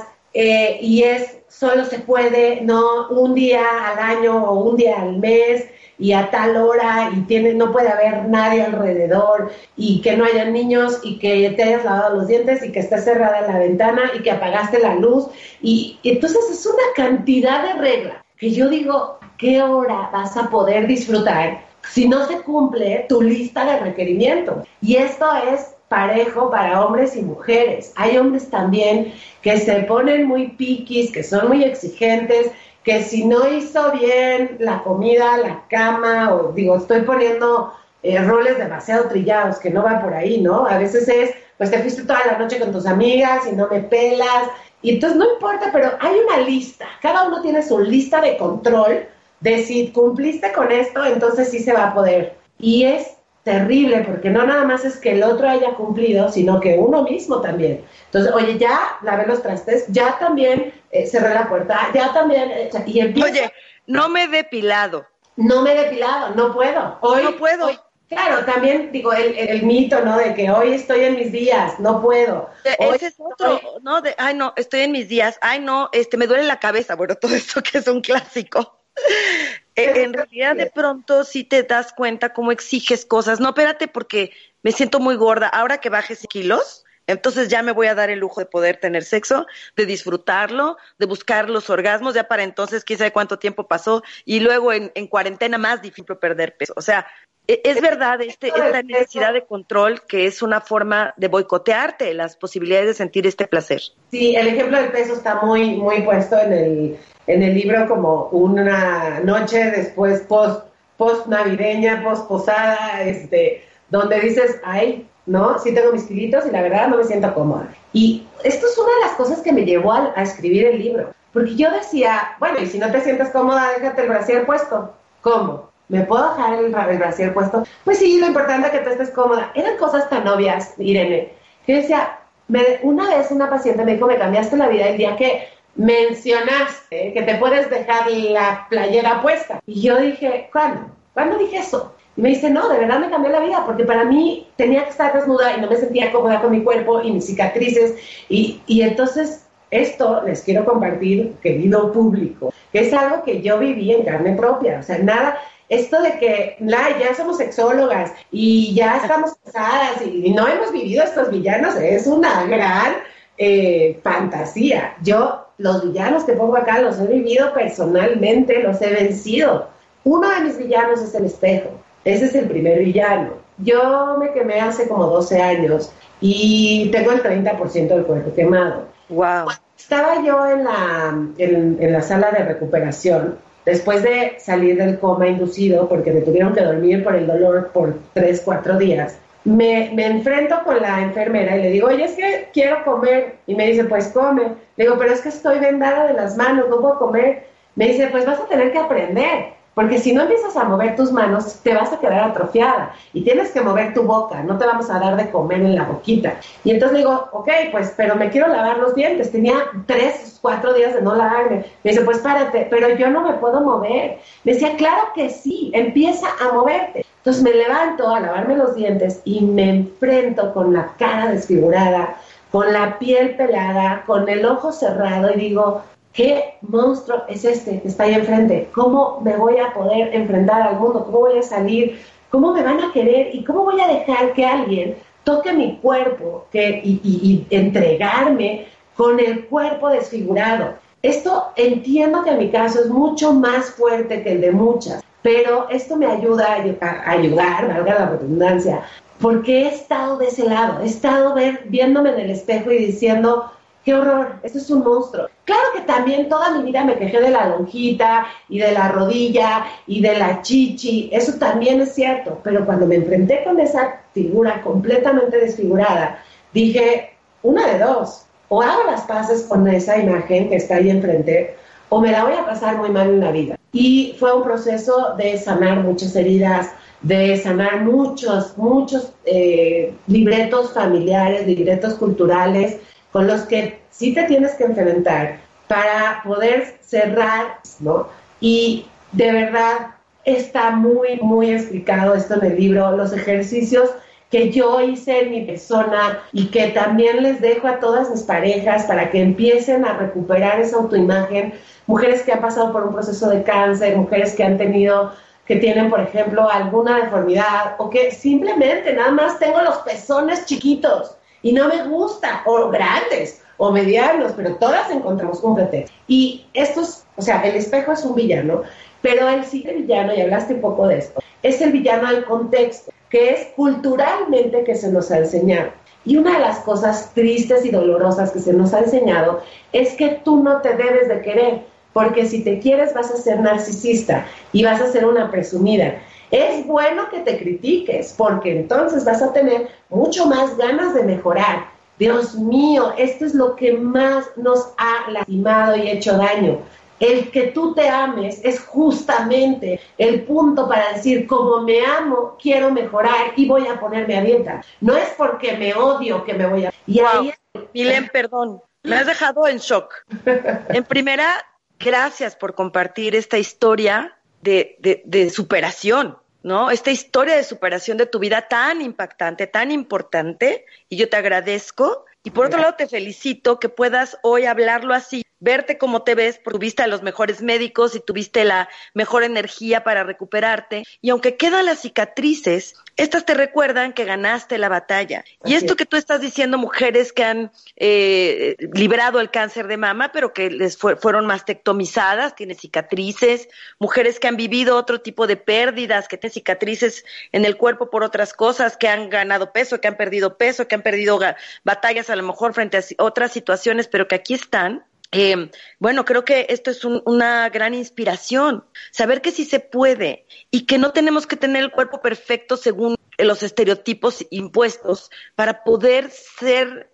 y solo se puede, no, un día al año o un día al mes y a tal hora, y no puede haber nadie alrededor, y que no haya niños, y que te hayas lavado los dientes, y que esté cerrada la ventana, y que apagaste la luz, y entonces es una cantidad de reglas que yo digo, ¿qué hora vas a poder disfrutar si no se cumple tu lista de requerimientos? Y esto es parejo para hombres y mujeres. Hay hombres también que se ponen muy piquis, que son muy exigentes, que si no hizo bien la comida, la cama, o digo, estoy poniendo roles demasiado trillados, que no va por ahí, ¿no? A veces pues te fuiste toda la noche con tus amigas y no me pelas, y entonces no importa, pero hay una lista, cada uno tiene su lista de control, de si cumpliste con esto, entonces sí se va a poder. Y es terrible, porque no nada más es que el otro haya cumplido, sino que uno mismo también. Entonces, oye, ya lavé los trastes, ya también cerré la puerta, ya también... y empieza, oye, no me he depilado. No me he depilado, no puedo. No puedo. Hoy, claro, también digo, el mito, ¿no? De que hoy estoy en mis días, no puedo. Ese es otro, ¿no? Ay, no, estoy en mis días. Ay, no, me duele la cabeza. Bueno, todo esto que es un clásico. En realidad, de pronto sí te das cuenta cómo exiges cosas. No, espérate, porque me siento muy gorda. Ahora que bajes kilos, entonces ya me voy a dar el lujo de poder tener sexo, de disfrutarlo, de buscar los orgasmos. Ya para entonces, quién sabe cuánto tiempo pasó. Y luego en cuarentena más difícil perder peso. O sea, es verdad esta necesidad de control, que es una forma de boicotearte las posibilidades de sentir este placer. Sí, el ejemplo del peso está muy, muy puesto en el libro como una noche después post navideña, post posada, donde dices, ay, no, sí tengo mis kilitos y la verdad no me siento cómoda. Y esto es una de las cosas que me llevó a escribir el libro, porque yo decía, bueno, y si no te sientes cómoda, déjate el brasier puesto. ¿Cómo? ¿Me puedo dejar el brasier puesto? Pues sí, lo importante es que tú estés cómoda. Eran cosas tan obvias, Irene, que decía, una vez una paciente me dijo, me cambiaste la vida el día que mencionaste que te puedes dejar la playera puesta. Y yo dije, ¿cuándo? ¿Cuándo dije eso? Y me dice, no, de verdad me cambió la vida, porque para mí tenía que estar desnuda y no me sentía cómoda con mi cuerpo y mis cicatrices. Y entonces esto les quiero compartir, querido público, que es algo que yo viví en carne propia. O sea, nada... Esto de que ya somos sexólogas y ya estamos casadas y no hemos vivido estos villanos es una gran fantasía. Yo los villanos que pongo acá los he vivido personalmente, los he vencido. Uno de mis villanos es el espejo. Ese es el primer villano. Yo me quemé hace como 12 años y tengo el 30% del cuerpo quemado. Wow. Estaba yo en la sala de recuperación. Después de salir del coma inducido, porque me tuvieron que dormir por el dolor por 3-4 días, me enfrento con la enfermera y le digo, oye, es que quiero comer. Y me dice, pues come. Le digo, pero es que estoy vendada de las manos, no puedo comer. Me dice, pues vas a tener que aprender, porque si no empiezas a mover tus manos, te vas a quedar atrofiada y tienes que mover tu boca, no te vamos a dar de comer en la boquita. Y entonces digo, ok, pues, pero me quiero lavar los dientes. Tenía 3-4 días de no lavarme. Me dice, pues párate, pero yo no me puedo mover. Me decía, claro que sí, empieza a moverte. Entonces me levanto a lavarme los dientes y me enfrento con la cara desfigurada, con la piel pelada, con el ojo cerrado y digo, ¿qué monstruo es este que está ahí enfrente? ¿Cómo me voy a poder enfrentar al mundo? ¿Cómo voy a salir? ¿Cómo me van a querer? ¿Y cómo voy a dejar que alguien toque mi cuerpo y entregarme con el cuerpo desfigurado? Esto entiendo que en mi caso es mucho más fuerte que el de muchas, pero esto me ayuda a ayudar, valga la redundancia, porque he estado de ese lado, he estado viéndome en el espejo y diciendo, ¡qué horror! Esto es un monstruo. Claro que también toda mi vida me quejé de la lonjita y de la rodilla y de la chichi. Eso también es cierto. Pero cuando me enfrenté con esa figura completamente desfigurada, dije, una de dos, o hago las paces con esa imagen que está ahí enfrente, o me la voy a pasar muy mal en la vida. Y fue un proceso de sanar muchas heridas, de sanar muchos libretos familiares, libretos culturales, con los que sí te tienes que enfrentar para poder cerrar, ¿no? Y de verdad está muy, muy explicado esto en el libro, los ejercicios que yo hice en mi persona y que también les dejo a todas mis parejas para que empiecen a recuperar esa autoimagen, mujeres que han pasado por un proceso de cáncer, mujeres que tienen, por ejemplo, alguna deformidad, o que simplemente nada más tengo los pezones chiquitos y no me gusta, o grandes, o medianos, pero todas encontramos un pretexto. Y el espejo es un villano, pero el siguiente villano, y hablaste un poco de esto, es el villano del contexto, que es culturalmente que se nos ha enseñado. Y una de las cosas tristes y dolorosas que se nos ha enseñado es que tú no te debes de querer, porque si te quieres vas a ser narcisista y vas a ser una presumida. Es bueno que te critiques, porque entonces vas a tener mucho más ganas de mejorar. Dios mío, esto es lo que más nos ha lastimado y hecho daño. El que tú te ames es justamente el punto para decir, como me amo, quiero mejorar y voy a ponerme a dieta. No es porque me odio que me voy a... Y ahí Milen, perdón, me has dejado en shock. En primera, gracias por compartir esta historia de superación, ¿no? Esta historia de superación de tu vida tan impactante, tan importante, y yo te agradezco. Y por otro lado, te felicito que puedas hoy hablarlo así, verte como te ves, porque tuviste a los mejores médicos y tuviste la mejor energía para recuperarte. Y aunque quedan las cicatrices, estas te recuerdan que ganaste la batalla. Y esto que tú estás diciendo, mujeres que han librado el cáncer de mama, pero que les fueron mastectomizadas, tienen cicatrices, mujeres que han vivido otro tipo de pérdidas, que tienen cicatrices en el cuerpo por otras cosas, que han ganado peso, que han perdido batallas a lo mejor frente a otras situaciones, pero que aquí están. Bueno, creo que esto es una gran inspiración, saber que sí se puede y que no tenemos que tener el cuerpo perfecto según los estereotipos impuestos para poder ser,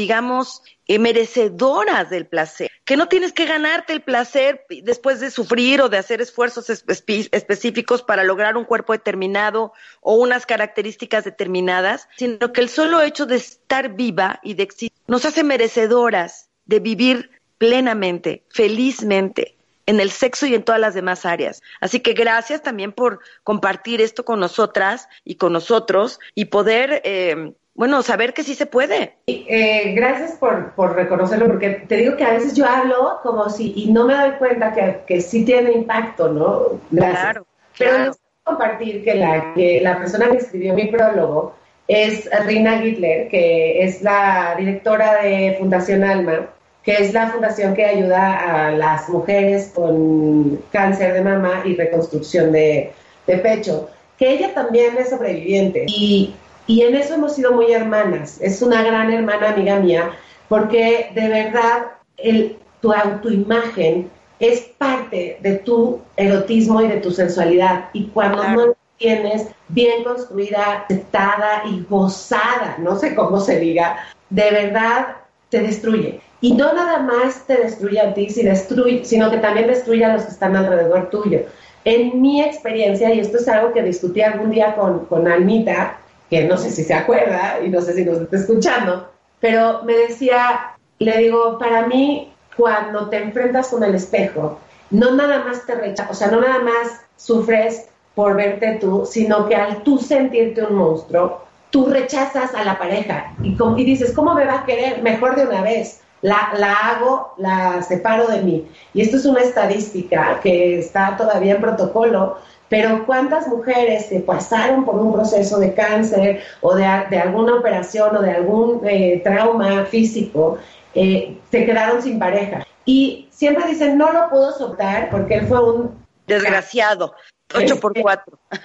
merecedoras del placer, que no tienes que ganarte el placer después de sufrir o de hacer esfuerzos específicos para lograr un cuerpo determinado o unas características determinadas, sino que el solo hecho de estar viva y de existir nos hace merecedoras de vivir plenamente, felizmente, en el sexo y en todas las demás áreas. Así que gracias también por compartir esto con nosotras y con nosotros y poder, saber que sí se puede. Gracias por reconocerlo, porque te digo que a veces yo hablo como si, y no me doy cuenta que sí tiene impacto, ¿no? Gracias. Claro. Pero les voy a compartir que la persona que escribió mi prólogo es Rina Gittler, que es la directora de Fundación Alma, que es la fundación que ayuda a las mujeres con cáncer de mama y reconstrucción de pecho, que ella también es sobreviviente y en eso hemos sido muy hermanas. Es una gran hermana amiga mía, porque de verdad tu autoimagen es parte de tu erotismo y de tu sensualidad, y cuando no la tienes bien construida, aceptada y gozada, no sé cómo se diga, de verdad te destruye. Y no nada más te destruye a ti, sino que también destruye a los que están alrededor tuyo. En mi experiencia, y esto es algo que discutí algún día con Almita, que no sé si se acuerda y no sé si nos está escuchando, pero me decía, le digo, para mí, cuando te enfrentas con el espejo, no nada más te rechazas, o sea, no nada más sufres por verte tú, sino que al tú sentirte un monstruo, tú rechazas a la pareja y dices, ¿cómo me va a querer? Mejor de una vez. La separo de mí. Y esto es una estadística que está todavía en protocolo, pero ¿cuántas mujeres que pasaron por un proceso de cáncer o de alguna operación o de algún trauma físico se quedaron sin pareja? Y siempre dicen, no lo puedo soltar porque él fue un desgraciado, 8x4.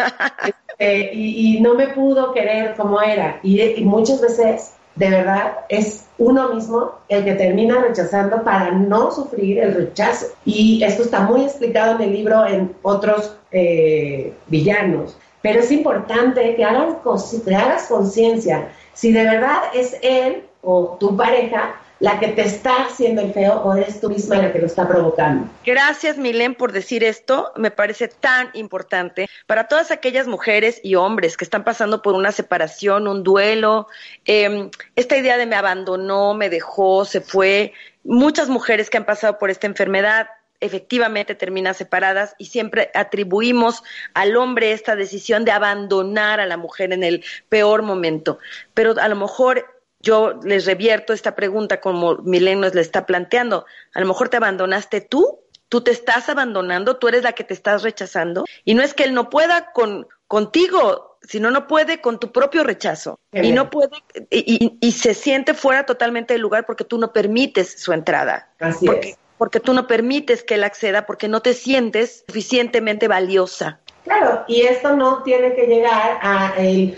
Y no me pudo querer como era. Y muchas veces, de verdad, es uno mismo el que termina rechazando para no sufrir el rechazo. Y esto está muy explicado en el libro en otros villanos. Pero es importante que hagas conciencia si de verdad es él o tu pareja la que te está haciendo el feo o eres tú misma la que lo está provocando. Gracias, Milén, por decir esto. Me parece tan importante para todas aquellas mujeres y hombres que están pasando por una separación, un duelo, esta idea de me abandonó, me dejó, se fue. Muchas mujeres que han pasado por esta enfermedad efectivamente terminan separadas y siempre atribuimos al hombre esta decisión de abandonar a la mujer en el peor momento. Pero a lo mejor yo les revierto esta pregunta como Milén nos la está planteando. A lo mejor te abandonaste tú te estás abandonando, tú eres la que te estás rechazando. Y no es que él no pueda contigo, sino no puede con tu propio rechazo. Y no puede, y se siente fuera totalmente del lugar porque tú no permites su entrada. Así es. Porque tú no permites que él acceda, porque no te sientes suficientemente valiosa. Claro, y esto no tiene que llegar a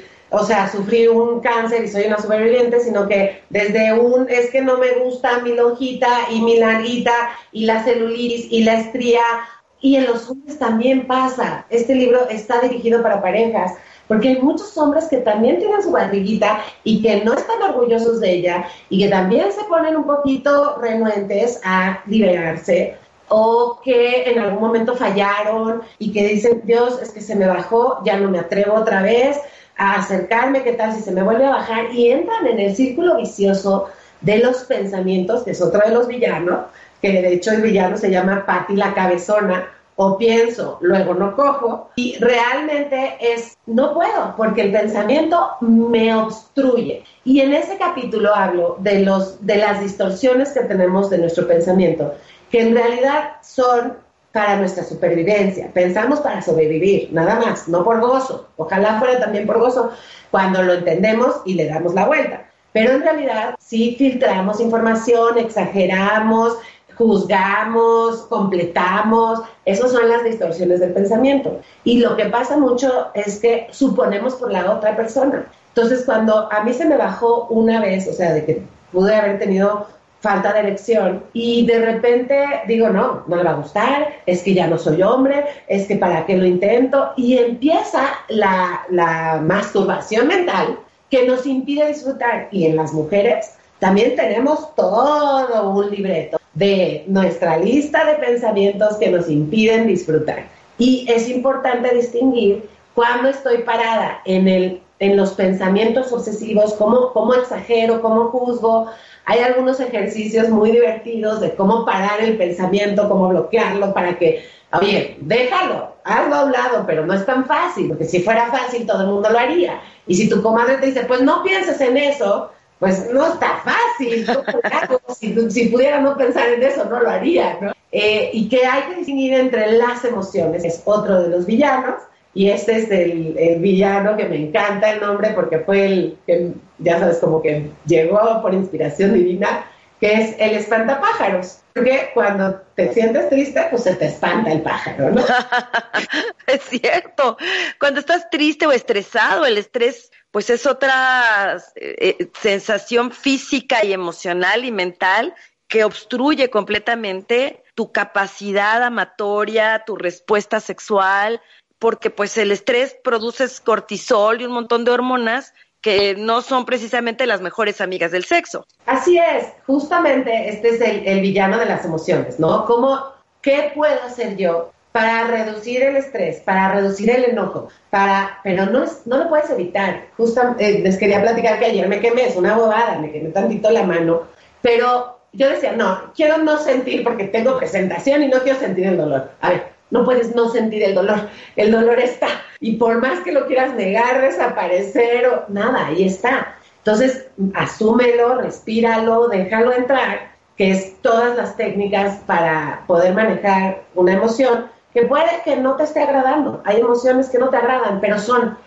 sufrir un cáncer y soy una superviviente, sino que desde es que no me gusta mi lonjita y mi nalguita y la celulitis y la estría, y en los hombres también pasa. Este libro está dirigido para parejas, porque hay muchos hombres que también tienen su barriguita y que no están orgullosos de ella y que también se ponen un poquito renuentes a liberarse, o que en algún momento fallaron y que dicen, Dios, es que se me bajó, ya no me atrevo otra vez a acercarme, ¿qué tal si se me vuelve a bajar? Y entran en el círculo vicioso de los pensamientos, que es otro de los villanos, que de hecho el villano se llama Pati la Cabezona, o pienso, luego no cojo, y realmente no puedo, porque el pensamiento me obstruye. Y en ese capítulo hablo de las distorsiones que tenemos de nuestro pensamiento, que en realidad son para nuestra supervivencia. Pensamos para sobrevivir, nada más, no por gozo. Ojalá fuera también por gozo cuando lo entendemos y le damos la vuelta. Pero en realidad sí filtramos información, exageramos, juzgamos, completamos. Esas son las distorsiones del pensamiento. Y lo que pasa mucho es que suponemos por la otra persona. Entonces, cuando a mí se me bajó una vez, o sea, de que pude haber tenido falta de erección, y de repente digo, no le va a gustar, es que ya no soy hombre, es que para qué lo intento, y empieza la masturbación mental que nos impide disfrutar. Y en las mujeres también tenemos todo un libreto de nuestra lista de pensamientos que nos impiden disfrutar. Y es importante distinguir cuando estoy parada en los pensamientos obsesivos, cómo exagero, cómo juzgo. Hay algunos ejercicios muy divertidos de cómo parar el pensamiento, cómo bloquearlo para que, oye, déjalo, hazlo a un lado, pero no es tan fácil, porque si fuera fácil todo el mundo lo haría. Y si tu comadre te dice, pues no pienses en eso, pues no está fácil. Si pudiera no pensar en eso, no lo haría, ¿no? Y que hay que distinguir entre las emociones, es otro de los villanos. Y este es el villano que me encanta el nombre porque fue el que, ya sabes, como que llegó por inspiración divina, que es el espantapájaros. Porque cuando te sientes triste, pues se te espanta el pájaro, ¿no? Es cierto. Cuando estás triste o estresado, el estrés, pues es otra sensación física y emocional y mental que obstruye completamente tu capacidad amatoria, tu respuesta sexual, porque pues el estrés produce cortisol y un montón de hormonas que no son precisamente las mejores amigas del sexo. Así es, justamente este es el villano de las emociones, ¿no? ¿Qué puedo hacer yo para reducir el estrés, para reducir el enojo? Pero no lo puedes evitar. Les quería platicar que ayer me quemé, es una bobada, me quemé tantito la mano, pero yo decía, no, quiero no sentir porque tengo presentación y no quiero sentir el dolor. A ver, no puedes no sentir el dolor está, y por más que lo quieras negar, desaparecer, nada, ahí está. Entonces, asúmelo, respíralo, déjalo entrar, que es todas las técnicas para poder manejar una emoción que puede que no te esté agradando. Hay emociones que no te agradan, pero son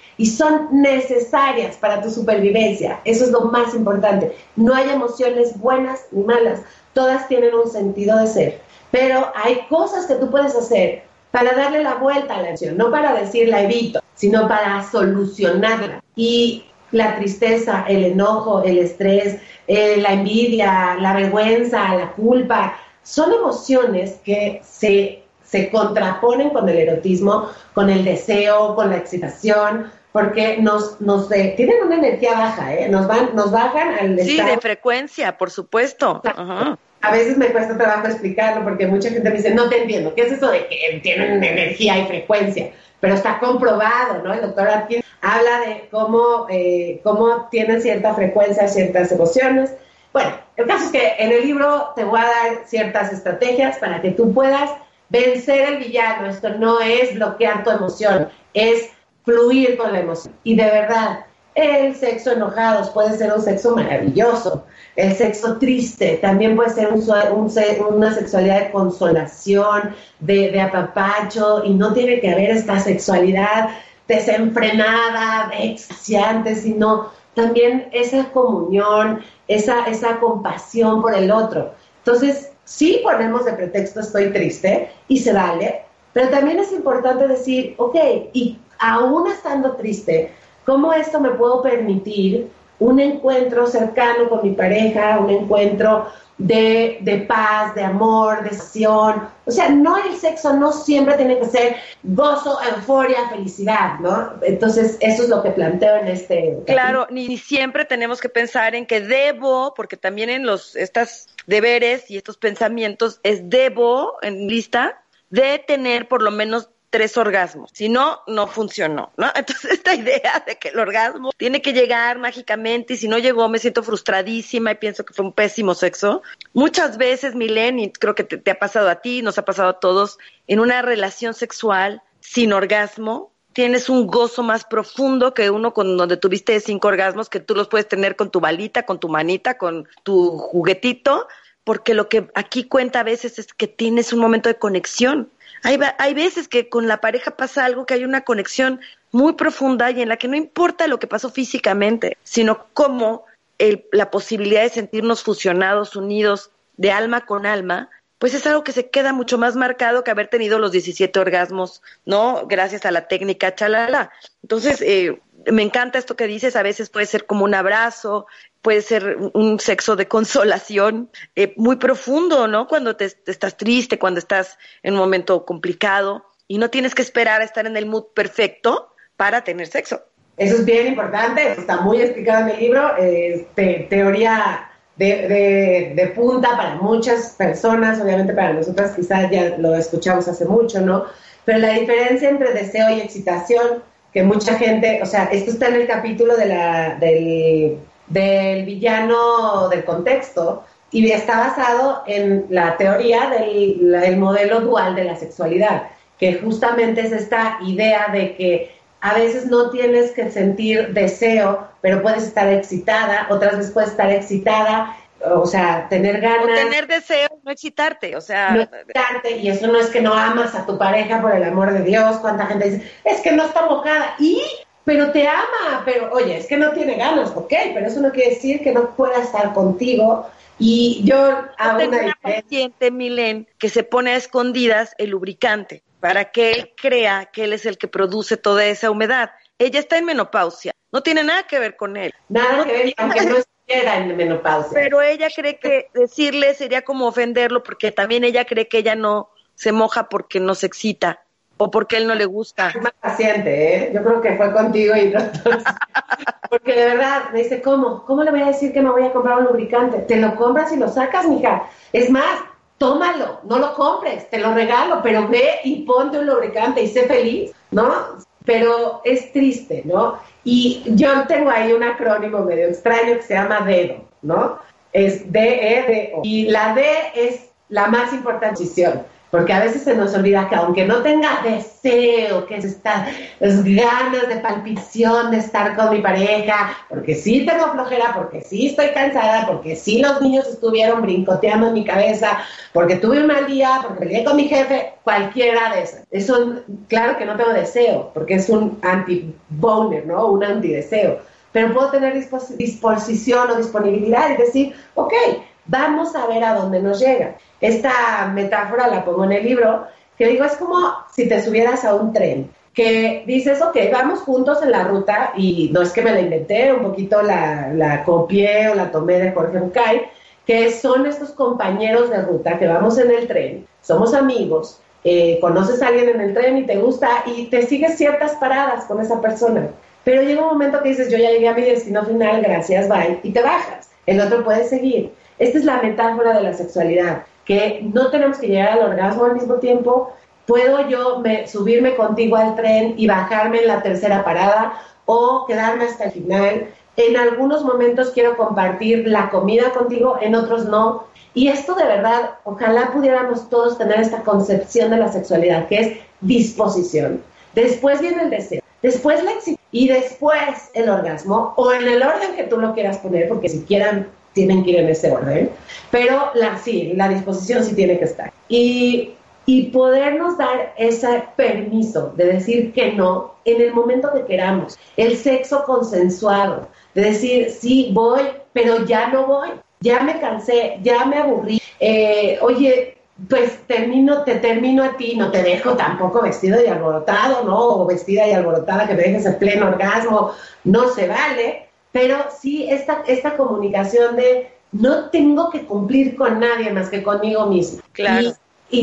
necesarias para tu supervivencia. Eso es lo más importante. No hay emociones buenas ni malas, todas tienen un sentido de ser, pero hay cosas que tú puedes hacer para darle la vuelta a la emoción, no para decir la evito, sino para solucionarla. Y la tristeza, el enojo, el estrés, la envidia, la vergüenza, la culpa, son emociones que se contraponen con el erotismo, con el deseo, con la excitación, porque tienen una energía baja, nos bajan al estado. Sí, de frecuencia, por supuesto. Ajá. A veces me cuesta trabajo explicarlo porque mucha gente me dice, no te entiendo, ¿qué es eso de que tienen energía y frecuencia? Pero está comprobado, ¿no? El doctor Atkins habla de cómo tienen cierta frecuencia, ciertas emociones. Bueno, el caso es que en el libro te voy a dar ciertas estrategias para que tú puedas vencer el villano. Esto no es bloquear tu emoción, es fluir con la emoción. Y de verdad, el sexo enojados puede ser un sexo maravilloso. El sexo triste también puede ser una sexualidad de consolación, de apapacho, y no tiene que haber esta sexualidad desenfrenada, extasiante, sino también esa comunión, esa compasión por el otro. Entonces, sí ponemos de pretexto estoy triste, y se vale, pero también es importante decir, ok, y aún estando triste, ¿cómo esto me puedo permitir un encuentro cercano con mi pareja, un encuentro de paz, de amor, de acción? O sea, el sexo no siempre tiene que ser gozo, euforia, felicidad, ¿no? Entonces, eso es lo que planteo en este... Claro, ni siempre tenemos que pensar en que debo, porque también en estas deberes y estos pensamientos debo, en lista, de tener por lo menos 3 orgasmos, si no, no funcionó, ¿no? Entonces esta idea de que el orgasmo tiene que llegar mágicamente y si no llegó me siento frustradísima y pienso que fue un pésimo sexo. Muchas veces, Milen, y creo que te ha pasado a ti, nos ha pasado a todos, en una relación sexual sin orgasmo, tienes un gozo más profundo que uno donde tuviste 5 orgasmos, que tú los puedes tener con tu balita, con tu manita, con tu juguetito, porque lo que aquí cuenta a veces es que tienes un momento de conexión. Hay veces que con la pareja pasa algo, que hay una conexión muy profunda y en la que no importa lo que pasó físicamente, sino cómo la posibilidad de sentirnos fusionados, unidos de alma con alma, pues es algo que se queda mucho más marcado que haber tenido los 17 orgasmos, ¿no? Gracias a la técnica chalala. Entonces, me encanta esto que dices, a veces puede ser como un abrazo, puede ser un sexo de consolación muy profundo, ¿no? Cuando estás triste, cuando estás en un momento complicado y no tienes que esperar a estar en el mood perfecto para tener sexo. Eso es bien importante, eso está muy explicado en el libro, teoría de punta para muchas personas, obviamente para nosotras quizás ya lo escuchamos hace mucho, ¿no? Pero la diferencia entre deseo y excitación, que mucha gente, o sea, esto está en el capítulo del villano del contexto y está basado en la teoría del modelo dual de la sexualidad, que justamente es esta idea de que a veces no tienes que sentir deseo, pero puedes estar excitada, otras veces puedes estar excitada, o sea, tener ganas. O tener deseo, no excitarte, o sea. No excitarte, y eso no es que no amas a tu pareja, por el amor de Dios. ¿Cuánta gente dice, es que no está mojada? Pero te ama, pero oye, es que no tiene ganas, ok, pero eso no quiere decir que no pueda estar contigo. Y yo hago una paciente, Milen, que se pone a escondidas el lubricante para que él crea que él es el que produce toda esa humedad. Ella está en menopausia, no tiene nada que ver con él. Nada que ver, aunque no estuviera en menopausia. Pero ella cree que decirle sería como ofenderlo, porque también ella cree que ella no se moja porque no se excita o porque él no le gusta. Es más paciente, ¿eh? Yo creo que fue contigo y no. Porque de verdad, me dice, ¿cómo le voy a decir que me voy a comprar un lubricante? Te lo compras y lo sacas, mija. Es más, tómalo, no lo compres, te lo regalo, pero ve y ponte un lubricante y sé feliz, ¿no? Pero es triste, ¿no? Y yo tengo ahí un acrónimo medio extraño que se llama DEDO, ¿no? Es D-E-D-O. Y la D es la más importante decisión, porque a veces se nos olvida que aunque no tenga deseo, que es estas ganas de palpitación de estar con mi pareja, porque sí tengo flojera, porque sí estoy cansada, porque sí los niños estuvieron brincoteando en mi cabeza, porque tuve un mal día, porque peleé con mi jefe, cualquiera de esas. Eso, claro que no tengo deseo, porque es un anti-boner, ¿no? Un antideseo. Pero puedo tener disposición o disponibilidad y decir, ok, vamos a ver a dónde nos llega. Esta metáfora la pongo en el libro, que digo, es como si te subieras a un tren, que dices, ok, vamos juntos en la ruta, y no es que me la inventé, un poquito la copié o la tomé de Jorge Bucay, que son estos compañeros de ruta que vamos en el tren, somos amigos, conoces a alguien en el tren y te gusta, y te sigues ciertas paradas con esa persona. Pero llega un momento que dices, yo ya llegué a mi destino final, gracias, bye, y te bajas. El otro puede seguir. Esta es la metáfora de la sexualidad, que no tenemos que llegar al orgasmo al mismo tiempo. ¿Puedo yo subirme contigo al tren y bajarme en la tercera parada o quedarme hasta el final? En algunos momentos quiero compartir la comida contigo, en otros no. Y esto de verdad, ojalá pudiéramos todos tener esta concepción de la sexualidad, que es disposición. Después viene el deseo, después la excitación y después el orgasmo, o en el orden que tú lo quieras poner, porque si quieran tienen que ir en ese orden, pero la disposición sí tiene que estar. Y podernos dar ese permiso de decir que no en el momento que queramos. El sexo consensuado, de decir, sí, voy, pero ya no voy. Ya me cansé, ya me aburrí. Oye, pues te termino a ti, no te dejo tampoco vestido y alborotado, ¿no? O vestida y alborotada que me dejes en pleno orgasmo, no se vale. Pero sí, esta comunicación de no tengo que cumplir con nadie más que conmigo mismo. Claro.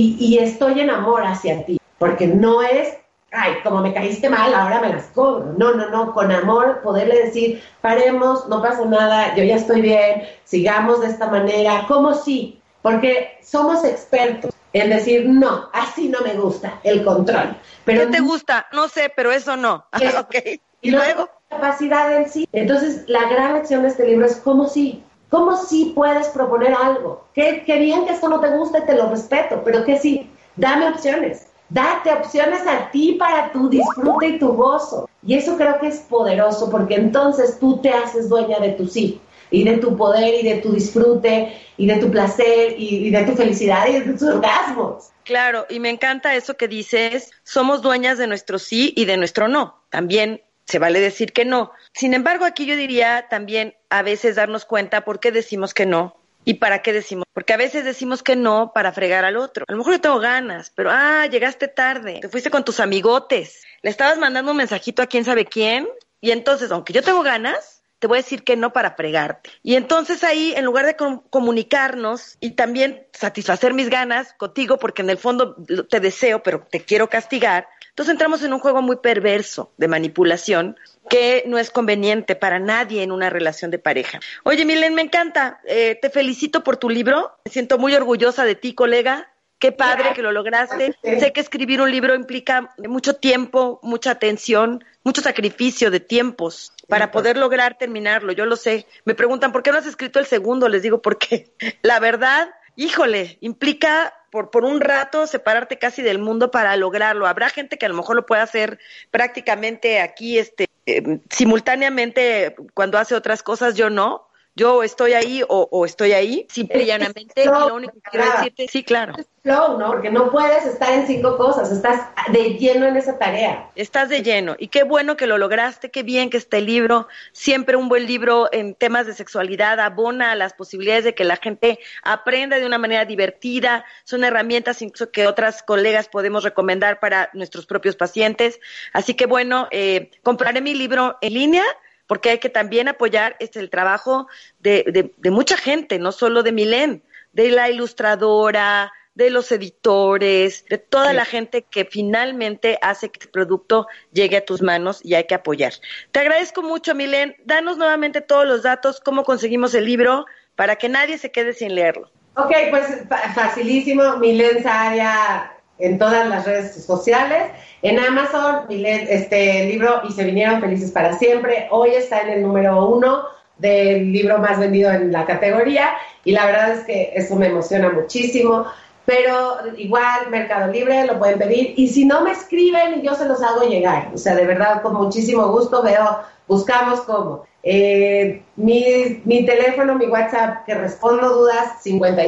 Y estoy en amor hacia ti, porque no es, ay, como me caíste mal, ahora me las cobro. No, con amor poderle decir, paremos, no pasa nada, yo ya estoy bien, sigamos de esta manera, ¿cómo sí? Porque somos expertos en decir, no, así no me gusta, el control. Pero ¿qué te gusta? No sé, pero eso no. Okay. Y luego capacidad en sí. Entonces, la gran lección de este libro es cómo sí. ¿Cómo sí puedes proponer algo? Qué bien que esto no te gusta y te lo respeto, pero que sí, dame opciones. Date opciones a ti para tu disfrute y tu gozo. Y eso creo que es poderoso, porque entonces tú te haces dueña de tu sí, y de tu poder, y de tu disfrute, y de tu placer, y de tu felicidad, y de tus orgasmos. Claro, y me encanta eso que dices, somos dueñas de nuestro sí y de nuestro no. También se vale decir que no. Sin embargo, aquí yo diría también a veces darnos cuenta por qué decimos que no y para qué decimos. Porque a veces decimos que no para fregar al otro. A lo mejor yo tengo ganas, pero llegaste tarde, te fuiste con tus amigotes, le estabas mandando un mensajito a quién sabe quién, y entonces, aunque yo tengo ganas, te voy a decir que no para fregarte. Y entonces ahí, en lugar de comunicarnos y también satisfacer mis ganas contigo, porque en el fondo te deseo, pero te quiero castigar, entonces entramos en un juego muy perverso de manipulación que no es conveniente para nadie en una relación de pareja. Oye, Milen, me encanta. Te felicito por tu libro. Me siento muy orgullosa de ti, colega. Qué padre que lo lograste. Sé que escribir un libro implica mucho tiempo, mucha atención, mucho sacrificio de tiempos para poder lograr terminarlo. Yo lo sé. Me preguntan, ¿por qué no has escrito el segundo? Les digo, porque la verdad, híjole, implica por un rato separarte casi del mundo para lograrlo. Habrá gente que a lo mejor lo puede hacer prácticamente aquí, simultáneamente cuando hace otras cosas, yo no. Yo estoy ahí o estoy ahí, simple y llanamente, lo único que quiero decirte, sí, claro. Es flow, ¿no? Porque no puedes estar en 5 cosas, estás de lleno en esa tarea. Estás de lleno, y qué bueno que lo lograste, qué bien que este libro, siempre un buen libro en temas de sexualidad, abona a las posibilidades de que la gente aprenda de una manera divertida, son herramientas incluso que otras colegas podemos recomendar para nuestros propios pacientes, así que bueno, compraré mi libro en línea, porque hay que también apoyar el trabajo de mucha gente, no solo de Milen, de la ilustradora, de los editores, de toda la gente que finalmente hace que el producto llegue a tus manos y hay que apoyar. Te agradezco mucho, Milen. Danos nuevamente todos los datos, cómo conseguimos el libro, para que nadie se quede sin leerlo. Ok, pues facilísimo, Milen Sadia en todas las redes sociales, en Amazon, el libro Y se vinieron felices para siempre, hoy está en el número 1 del libro más vendido en la categoría, y la verdad es que eso me emociona muchísimo, pero igual Mercado Libre lo pueden pedir, y si no me escriben, yo se los hago llegar, o sea, de verdad, con muchísimo gusto, buscamos cómo. Mi teléfono, mi WhatsApp, que respondo dudas,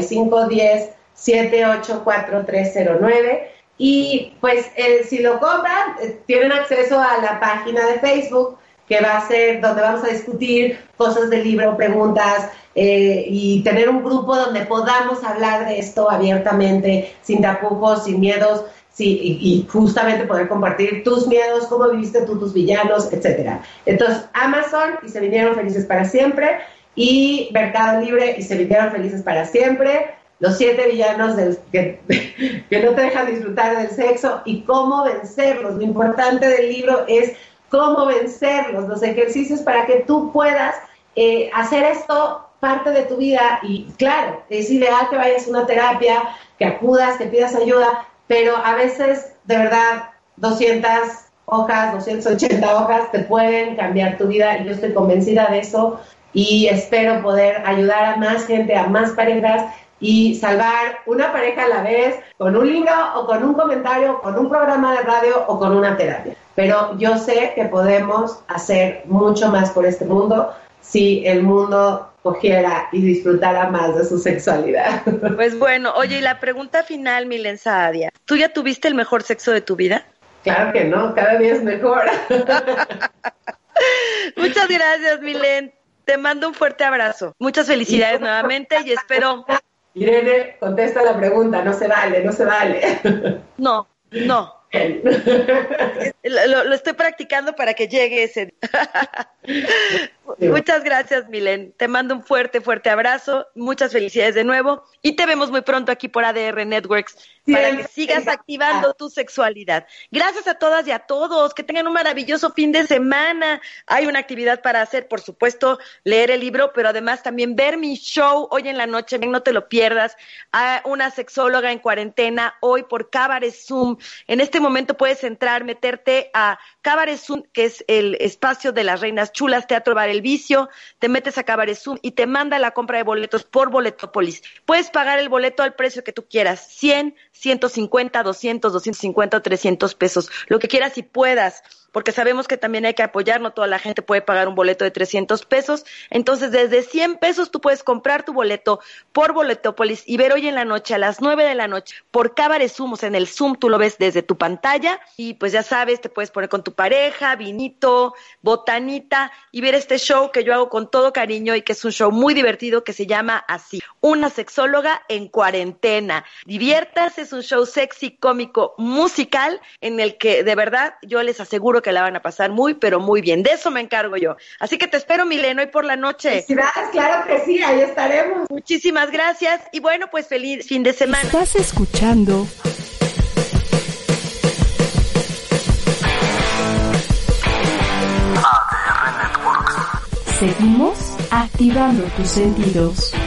5510-784309, y pues si lo compran, tienen acceso a la página de Facebook, que va a ser donde vamos a discutir cosas del libro, preguntas, y tener un grupo donde podamos hablar de esto abiertamente, sin tapujos, sin miedos, y justamente poder compartir tus miedos, cómo viviste tú tus villanos, etcétera. Entonces, Amazon, Y se vinieron felices para siempre, y Mercado Libre, Y se vinieron felices para siempre, los 7 villanos que no te dejan disfrutar del sexo y cómo vencerlos. Lo importante del libro es cómo vencerlos, los ejercicios para que tú puedas hacer esto parte de tu vida. Y claro, es ideal que vayas a una terapia, que acudas, que pidas ayuda, pero a veces, de verdad, 200 hojas, 280 hojas te pueden cambiar tu vida, y yo estoy convencida de eso, y espero poder ayudar a más gente, a más parejas, y salvar una pareja a la vez, con un libro, o con un comentario, con un programa de radio, o con una terapia. Pero yo sé que podemos hacer mucho más por este mundo si el mundo cogiera y disfrutara más de su sexualidad. Pues bueno, oye, y la pregunta final, Milen Saadia, ¿tú ya tuviste el mejor sexo de tu vida? Claro que no, cada día es mejor. Muchas gracias, Milen. Te mando un fuerte abrazo. Muchas felicidades nuevamente y espero... Irene, contesta la pregunta, no se vale. No. Lo estoy practicando para que llegue ese día. Muchas gracias, Milen. Te mando un fuerte abrazo. Muchas felicidades de nuevo. Y te vemos muy pronto aquí por ADR Networks para que sigas activando tu sexualidad. Gracias a todas y a todos. Que tengan un maravilloso fin de semana. Hay una actividad para hacer, por supuesto, leer el libro, pero además también ver mi show hoy en la noche. No te lo pierdas. A una sexóloga en cuarentena hoy por Cabaret Zoom. En este momento puedes entrar, meterte a Cabaret Zoom, que es el espacio de las Reinas Chulas, Teatro Bar El Vicio. Te metes a Cabaret Zoom y te manda la compra de boletos por Boletópolis. Puedes pagar el boleto al precio que tú quieras, 100, 150, 200, 250 o 300 pesos, lo que quieras y puedas, porque sabemos que también hay que apoyar, no toda la gente puede pagar un boleto de 300 pesos, entonces desde 100 pesos tú puedes comprar tu boleto por Boletópolis y ver hoy en la noche a las 9 de la noche por Cabaret Zoom, o sea, en el Zoom tú lo ves desde tu pantalla y pues ya sabes, te puedes poner con tu pareja, vinito, botanita y ver este show que yo hago con todo cariño y que es un show muy divertido que se llama así, Una sexóloga en cuarentena. Diviértase, es un show sexy, cómico, musical en el que de verdad yo les aseguro que la van a pasar muy, pero muy bien. De eso me encargo yo. Así que te espero, Milen, hoy por la noche. Gracias, claro que sí, ahí estaremos. Muchísimas gracias y bueno, pues feliz fin de semana. Estás escuchando ADR Networks. Seguimos activando tus sentidos.